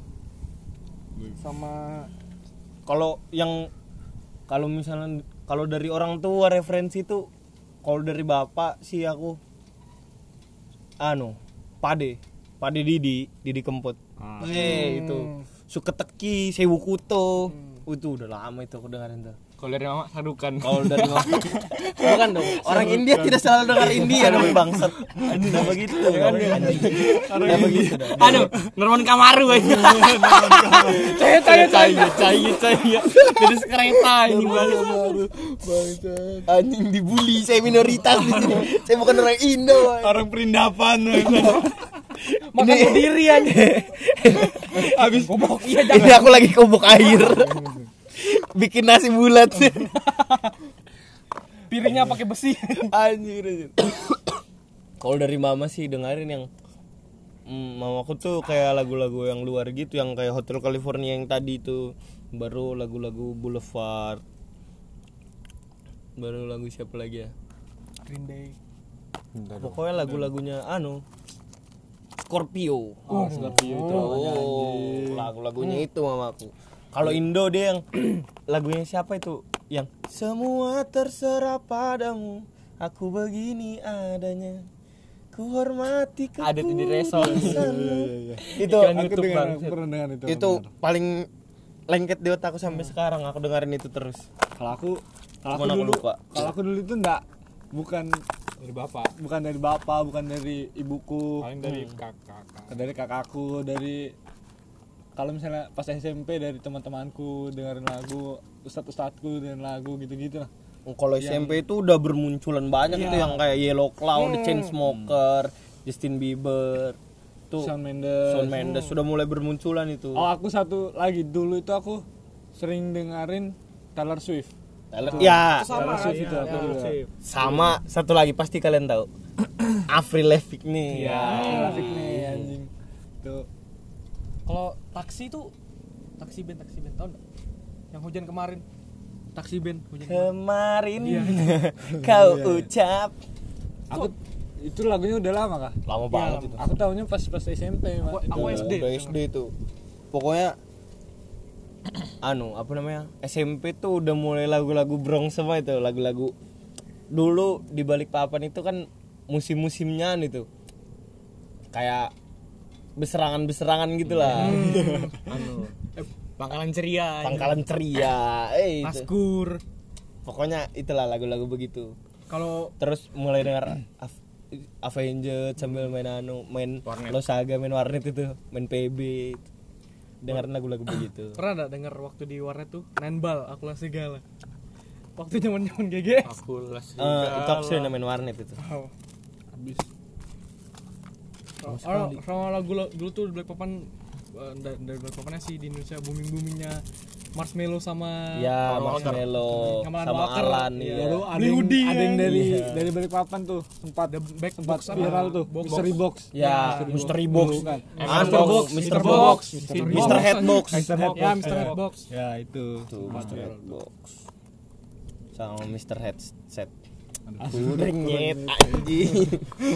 Speaker 4: Sama
Speaker 3: Kalau yang kalau misalnya kalau dari orang tua referensi itu kalau dari bapak sih aku anu Pade Pade Didi Didi Kempot eh itu suka teki Sewu Kuto itu udah lama itu aku dengerin tuh.
Speaker 5: Kalau dari mama sadukan.
Speaker 3: Kalau dari mama bukan dong, orang India tidak selalu dengar India dong bangsat. Enggak begitu kan. Enggak begitu dah.
Speaker 5: Aduh, Norman Kamaru aja. Caya caya caya caya caya. Jadi kereta ini baru.
Speaker 3: Anjing dibully, saya minoritas di sini. Saya bukan orang Indo.
Speaker 6: Orang perindapan.
Speaker 4: makan sendiri aja.
Speaker 6: Habis
Speaker 4: Gobok iya
Speaker 3: Ini aku lagi kubuk air. Bikin nasi bulat.
Speaker 4: piringnya pakai besi.
Speaker 3: Anjir anjir. Kalau dari mama sih dengerin yang mm, mamaku tuh kayak lagu-lagu yang luar gitu, yang kayak Hotel California yang tadi itu, baru lagu-lagu Boulevard, baru lagu siapa lagi ya,
Speaker 4: Green Day.
Speaker 3: pokoknya lagu-lagunya anu Scorpio.
Speaker 6: Oh, Scorpio itu
Speaker 3: Oh, lagu-lagunya itu mamaku. Kalau Indo dia yang lagunya siapa itu? Yang semua terserah padamu, aku begini adanya, ku hormati
Speaker 5: Ada di Resol.
Speaker 3: keputusanmu. Itu
Speaker 6: aku
Speaker 3: YouTube
Speaker 6: dengar,
Speaker 3: bang.
Speaker 6: pernah dengar itu.
Speaker 3: Itu
Speaker 6: benar.
Speaker 3: paling lengket di otakku sampai sekarang. Aku dengerin itu terus.
Speaker 6: Kalau aku kalau aku
Speaker 3: Cuman aku
Speaker 6: dulu
Speaker 3: lupa.
Speaker 6: kalau aku dulu itu enggak bukan
Speaker 2: Dari bapak.
Speaker 6: bukan dari bapak, bukan dari ibuku,
Speaker 2: Paling dari kakak.
Speaker 6: dari kakakku, dari kalau misalnya pas S M P dari teman-temanku dengerin lagu, ustadz-ustadzku dengerin lagu gitu-gitu lah.
Speaker 3: Kalau S M P itu udah bermunculan banyak
Speaker 6: Iya.
Speaker 3: itu yang kayak Yellow Claw, The Chainsmokers, Justin Bieber, tuh
Speaker 6: Shawn Mendes.
Speaker 3: Shawn Mendes sudah mulai bermunculan itu.
Speaker 6: Oh, aku satu lagi dulu itu aku sering dengerin Taylor Swift.
Speaker 3: Taylor- ya,
Speaker 6: Taylor Swift itu aku juga.
Speaker 3: sama satu lagi pasti kalian tahu. Avril Lavigne.
Speaker 6: Iya, grafik nih anjing. Tuh.
Speaker 4: Kalau taksi tuh taksi band taksi band tahun yang hujan kemarin. Taksi band hujan kemarin.
Speaker 3: Kemarin kau ucap.
Speaker 6: Aku itu lagunya udah lama kah?
Speaker 3: Lama banget itu.
Speaker 6: Aku tahunya pas pas S M P. Mak.
Speaker 4: Aku
Speaker 3: Udah-
Speaker 4: S D.
Speaker 3: udah S D tuh. Pokoknya anu apa namanya, S M P tuh udah mulai lagu-lagu Bronx semua itu, lagu-lagu dulu di Balikpapan itu kan musim-musimnya itu kayak beserangan-beserangan gitulah.
Speaker 5: Anu, Pangkalan Ceria.
Speaker 3: Pangkalan ceria, eh itu.
Speaker 4: Maskur.
Speaker 3: Pokoknya itulah lagu-lagu begitu.
Speaker 4: Kalau
Speaker 3: Terus mulai dengar Av- Avenged sambil main anu, main
Speaker 5: Warnet.
Speaker 3: Losaga, main warnet itu, main P B. Itu. Dengerin lagu-lagu begitu.
Speaker 4: pernah enggak dengar waktu di warnet tuh Nenbal aku lah segala. Waktu zaman-zaman G G S.
Speaker 5: Aku lah sih.
Speaker 3: Eh, itu aku sering main warnet itu.
Speaker 4: Oh. Habis. Oh, sama lagu dulu tuh Black Papan eh, dari dari Black Papannya sih di Indonesia booming boomingnya Marshmello sama
Speaker 3: Ya,
Speaker 5: Alan Walker.
Speaker 3: Marshmello
Speaker 4: Sama Alan
Speaker 3: sama
Speaker 4: Walker.
Speaker 3: Alan
Speaker 4: Iya.
Speaker 3: ya.
Speaker 6: Lalu ada
Speaker 4: Beli
Speaker 6: yang,
Speaker 4: hoodie,
Speaker 6: ada yang
Speaker 4: kan?
Speaker 6: dari
Speaker 3: Iya.
Speaker 6: dari Balikpapan tuh sempat
Speaker 4: The back
Speaker 6: sempat
Speaker 4: box apa?
Speaker 6: viral tuh,
Speaker 4: Box.
Speaker 6: mystery box.
Speaker 3: Ya, Mystery Box.
Speaker 6: Bukan.
Speaker 3: Anu,
Speaker 6: Box,
Speaker 3: Mister
Speaker 6: Mister
Speaker 3: Box,
Speaker 6: Box,
Speaker 3: Mister
Speaker 4: Mister
Speaker 3: Headbox.
Speaker 6: Mister Headbox.
Speaker 4: Ya, Mister Headbox.
Speaker 6: Ya, itu.
Speaker 3: Tuh, Mister Headbox. Sama Mister Headset. Udah nyet anjing.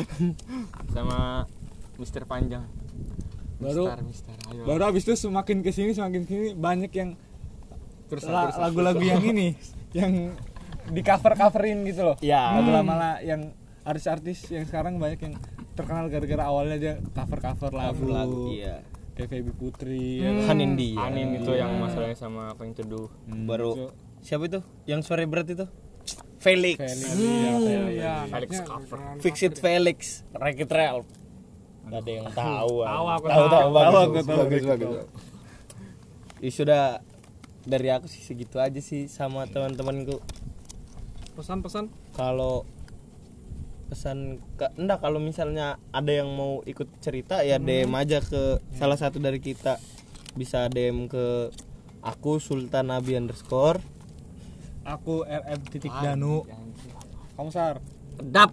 Speaker 5: Sama Mister Panjang.
Speaker 6: Baru
Speaker 5: Mister, Mister, ayo.
Speaker 6: baru abis itu semakin kesini semakin kesini banyak yang
Speaker 5: Terus,
Speaker 6: la-
Speaker 5: terus,
Speaker 6: lagu-lagu yang ini yang di cover coverin gitu loh.
Speaker 3: Ya.
Speaker 6: Lagu lama lah yang artis-artis yang sekarang banyak yang terkenal gara-gara awalnya aja cover cover lagu.
Speaker 3: Lagu iya.
Speaker 6: Kayak Feby Putri. ya kan?
Speaker 3: Hanin dia.
Speaker 5: Anin itu yang masalahnya sama apa yang teduh.
Speaker 3: Baru
Speaker 6: Itu
Speaker 3: siapa itu yang suara berat itu? Felix.
Speaker 4: Iya,
Speaker 5: Felix
Speaker 4: anaknya
Speaker 5: cover.
Speaker 4: beneran
Speaker 3: Fix it
Speaker 4: cover.
Speaker 3: Felix. Wreck-It Ralph. Gak ada yang tahu.
Speaker 4: Tahu aku,
Speaker 3: tahu
Speaker 4: tahu.
Speaker 3: tahu bagus,
Speaker 6: Tahu aku,
Speaker 3: bagus,
Speaker 6: tahu,
Speaker 3: bagus,
Speaker 6: tahu.
Speaker 3: bagus. Ya sudah, dari aku sih segitu aja sih sama teman-temanku.
Speaker 4: Pesan-pesan
Speaker 3: Kalau pesan ke enggak, kalau misalnya ada yang mau ikut cerita ya D M aja ke salah satu dari kita. Bisa D M ke aku Sultan Nabi underscore.
Speaker 6: Aku R M titik Danu. Kamu Sar.
Speaker 5: Kedap.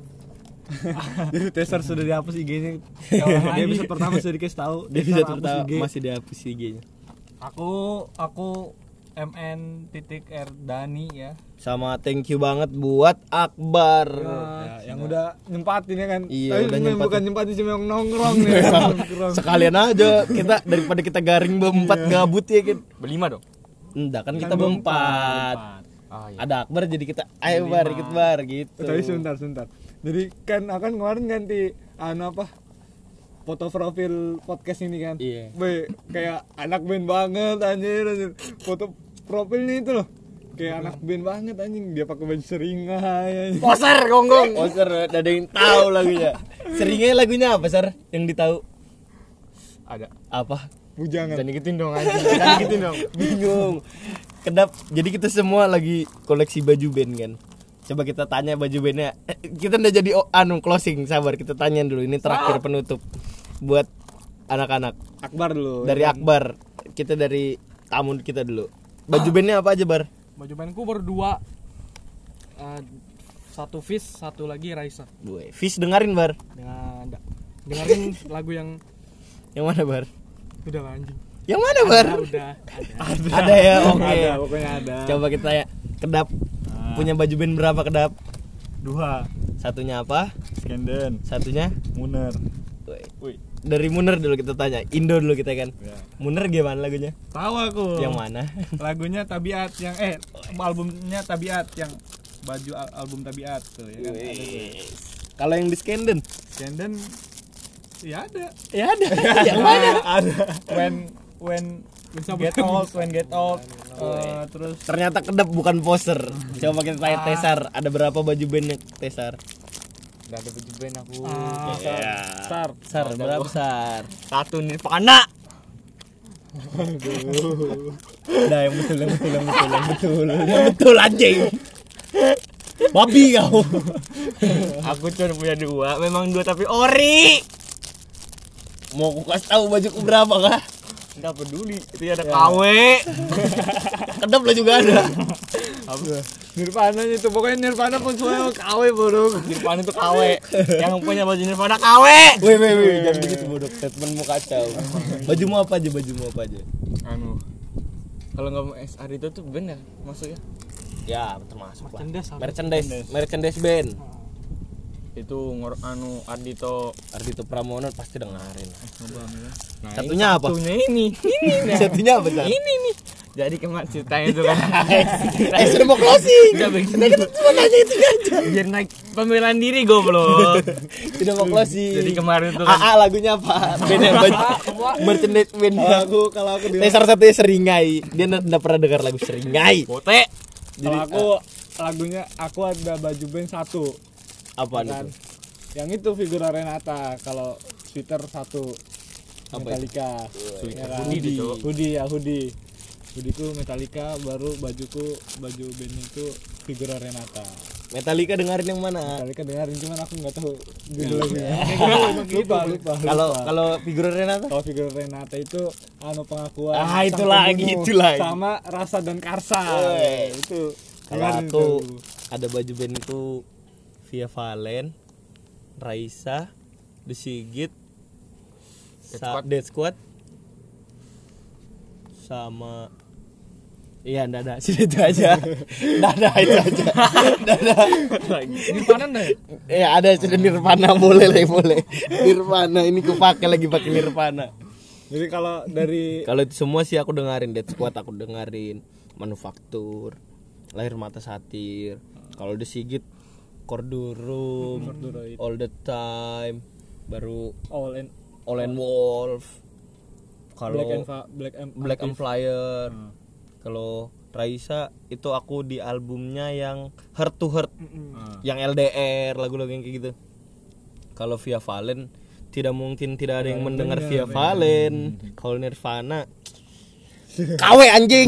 Speaker 6: Jadi teaser sudah dihapus I G-nya. Dia episode pertama sudah dikasih tahu.
Speaker 3: Dia bisa
Speaker 6: Ntar hapus
Speaker 3: tertawa
Speaker 6: I G.
Speaker 3: masih dihapus I G-nya.
Speaker 6: Aku aku M N titik R Dani ya.
Speaker 3: Sama thank you banget buat Akbar.
Speaker 6: Ya, yang udah nyempatin ya kan.
Speaker 3: Iya,
Speaker 6: Tapi
Speaker 3: udah
Speaker 6: memang
Speaker 3: nyempatin.
Speaker 6: bukan nyempatin cuma yang nongkrong nih. Nongkrong.
Speaker 3: Sekalian aja kita daripada kita garing berempat gabut ya kan.
Speaker 5: Berlima dong.
Speaker 3: Enggak kan kita berempat.
Speaker 5: Oh iya.
Speaker 3: Ada Akbar jadi kita ayo bar ikut bar gitu.
Speaker 6: Tapi sebentar sebentar. Jadi kan akan kemarin ganti anu apa? Foto profil podcast ini kan.
Speaker 3: Iya.
Speaker 6: Be, kayak anak band banget anjir, anjir. Foto profilnya itu loh. Kayak anak band banget anjing. Dia pakai baju seringai anjing.
Speaker 5: Poser gonggong.
Speaker 3: Oh ser, ada yang tahu lagunya. Seringnya lagunya apa Sar? Yang ditahu
Speaker 5: Ada.
Speaker 3: apa?
Speaker 6: Bujangan.
Speaker 5: Jangan gituin dong aja. Jangan gituin dong.
Speaker 3: Bingung. Kedap. Jadi kita semua lagi koleksi baju band kan. Coba kita tanya baju bandnya. Eh, kita udah jadi oh, anu closing, sabar kita tanyain dulu. Ini terakhir penutup buat anak-anak.
Speaker 6: Akbar dulu.
Speaker 3: Dari
Speaker 6: ya kan?
Speaker 3: Akbar. Kita dari tamu kita dulu. Baju bandnya apa aja bar?
Speaker 4: baju bandku berdua. Eh, satu Fish, satu lagi Raisa.
Speaker 3: Gue. Fish dengerin bar.
Speaker 4: Dengan dengerin lagu yang
Speaker 3: Yang mana bar?
Speaker 4: udah lah, anjing.
Speaker 3: Yang mana bar?
Speaker 4: Ada, udah ada.
Speaker 3: Ada ya, oke.
Speaker 6: Ada, pokoknya ada.
Speaker 3: Coba kita ya. Kedap. Punya baju band berapa Kedap?
Speaker 6: Dua.
Speaker 3: Satunya apa?
Speaker 6: Skenden.
Speaker 3: Satunya?
Speaker 6: Muner.
Speaker 3: Wih. Dari Muner dulu kita tanya. Indo dulu kita kan.
Speaker 6: Ya.
Speaker 3: Muner gimana lagunya?
Speaker 6: Tahu aku.
Speaker 3: Yang mana?
Speaker 6: Lagunya Tabiat yang eh albumnya Tabiat yang baju al- album Tabiat tuh ya kan. Ada tuh.
Speaker 3: Kalau yang di Skenden?
Speaker 6: Skenden ya ada.
Speaker 3: Ya ada. Yang mana?
Speaker 6: Ada. When when get old, when get old. Eh, terus
Speaker 3: Ternyata Kedap bukan poser. Coba kita tanya Tesar. Ada berapa baju bandnya Tesar?
Speaker 5: Udah ada baju band aku.
Speaker 6: ah,
Speaker 3: Iya.
Speaker 6: Sar.
Speaker 3: Sar berapa Sar?
Speaker 5: Satu Nirvana.
Speaker 3: Udah yang betul, yang betul, yang betul, yang betul, yang betul anjing. Babi kau.
Speaker 5: Aku cuma punya dua. Memang dua tapi ori.
Speaker 3: Mau aku kasih tahu bajuku berapa kah?
Speaker 5: Enggak peduli. Itu ada K W.
Speaker 3: Kedap lah juga ada.
Speaker 6: Nirvana itu pokoknya Nirvana pun semua K W bodoh.
Speaker 5: Nirvana itu K W. Yang punya baju Nirvana K W.
Speaker 3: Weh, weh, weh, jangan begitu bodoh. Statementmu kacau. Bajumu apa aja? Bajumu apa aja?
Speaker 5: Anu. Kalau ngomong S R itu tuh bener maksudnya.
Speaker 3: Ya, termasuk lah.
Speaker 4: Merchandise, apa?
Speaker 3: Merchandise, merchandise band.
Speaker 5: Itu ngor anu Ardito.
Speaker 3: Ardito Pramono pasti dengerin.
Speaker 5: Nah,
Speaker 3: Satunya
Speaker 5: ini
Speaker 3: apa?
Speaker 5: Satunya ini. Ini nah.
Speaker 3: Satunya apa, Sar?
Speaker 5: Ini nih. Jadi kemarin ceritanya itu kan.
Speaker 3: Eh, sudah mau closing.
Speaker 5: Enggak begitu.
Speaker 3: Cuma nanya itu aja.
Speaker 5: Biar naik pembelaan diri goblok.
Speaker 3: Sudah mau closing.
Speaker 5: Jadi kemarin itu kan
Speaker 3: A A lagunya apa? Band baju merchandise band.
Speaker 6: Kalau aku kalau aku dengar
Speaker 3: Tesar satunya Seringai. Dia enggak pernah dengar lagu Seringai.
Speaker 5: bote.
Speaker 6: kalau aku lagunya aku ada baju band satu.
Speaker 3: Apa
Speaker 6: Kan?
Speaker 3: itu?
Speaker 6: Yang itu Figura Renata, kalau sweater satu
Speaker 3: Apa
Speaker 6: Metallica. Ya kan?
Speaker 5: Hoodie itu.
Speaker 6: Hoodie ya hoodie. Hoodieku Metallica, baru bajuku baju bandnya itu Figura Renata.
Speaker 3: Metallica dengerin yang mana?
Speaker 6: Metallica dengerin cuman aku nggak tahu judul lagunya. lupa lupa.
Speaker 3: Kalau
Speaker 6: lupa.
Speaker 3: kalau figur Renata?
Speaker 6: Kalau Figura Renata itu anu pengakuan
Speaker 3: Ah, itu
Speaker 6: sang
Speaker 3: lagi,
Speaker 6: pembunuh
Speaker 3: itu lagi.
Speaker 6: sama Rasa dan Karsa.
Speaker 3: Woi.
Speaker 6: Itu
Speaker 3: Kalau
Speaker 6: dengerin
Speaker 3: aku
Speaker 6: itu.
Speaker 3: ada baju bandku Via Valen, Raisa, The Sigit,
Speaker 5: Dead
Speaker 3: Sa-
Speaker 5: Squad.
Speaker 3: Dead Squad, sama iya ndak ada sih itu aja ndak ada itu aja ndak ada
Speaker 4: Nirvana enggak ya?
Speaker 3: ya ada sudah Nirvana boleh lah boleh Nirvana ini ku pakai lagi pakai Nirvana.
Speaker 6: Jadi kalau dari
Speaker 3: Kalau itu semua sih aku dengerin. Dead Squad aku dengerin, Manufaktur, Lahir Mata Satir. Kalau The Sigit, Kordurum,
Speaker 6: Korduroid.
Speaker 3: All the Time, baru
Speaker 6: All in
Speaker 3: All and Wolf. Kalau
Speaker 6: Black and Fa- Black and
Speaker 3: Black and Flyer.
Speaker 6: Hmm.
Speaker 3: Kalau Raisa itu aku di albumnya yang Heart to Heart,
Speaker 4: Mm-mm.
Speaker 3: yang L D R, lagu-lagu yang kayak gitu. Kalau Via Valen tidak mungkin tidak ada yang mendengar Via Valen. Kalau Nirvana K W anjing.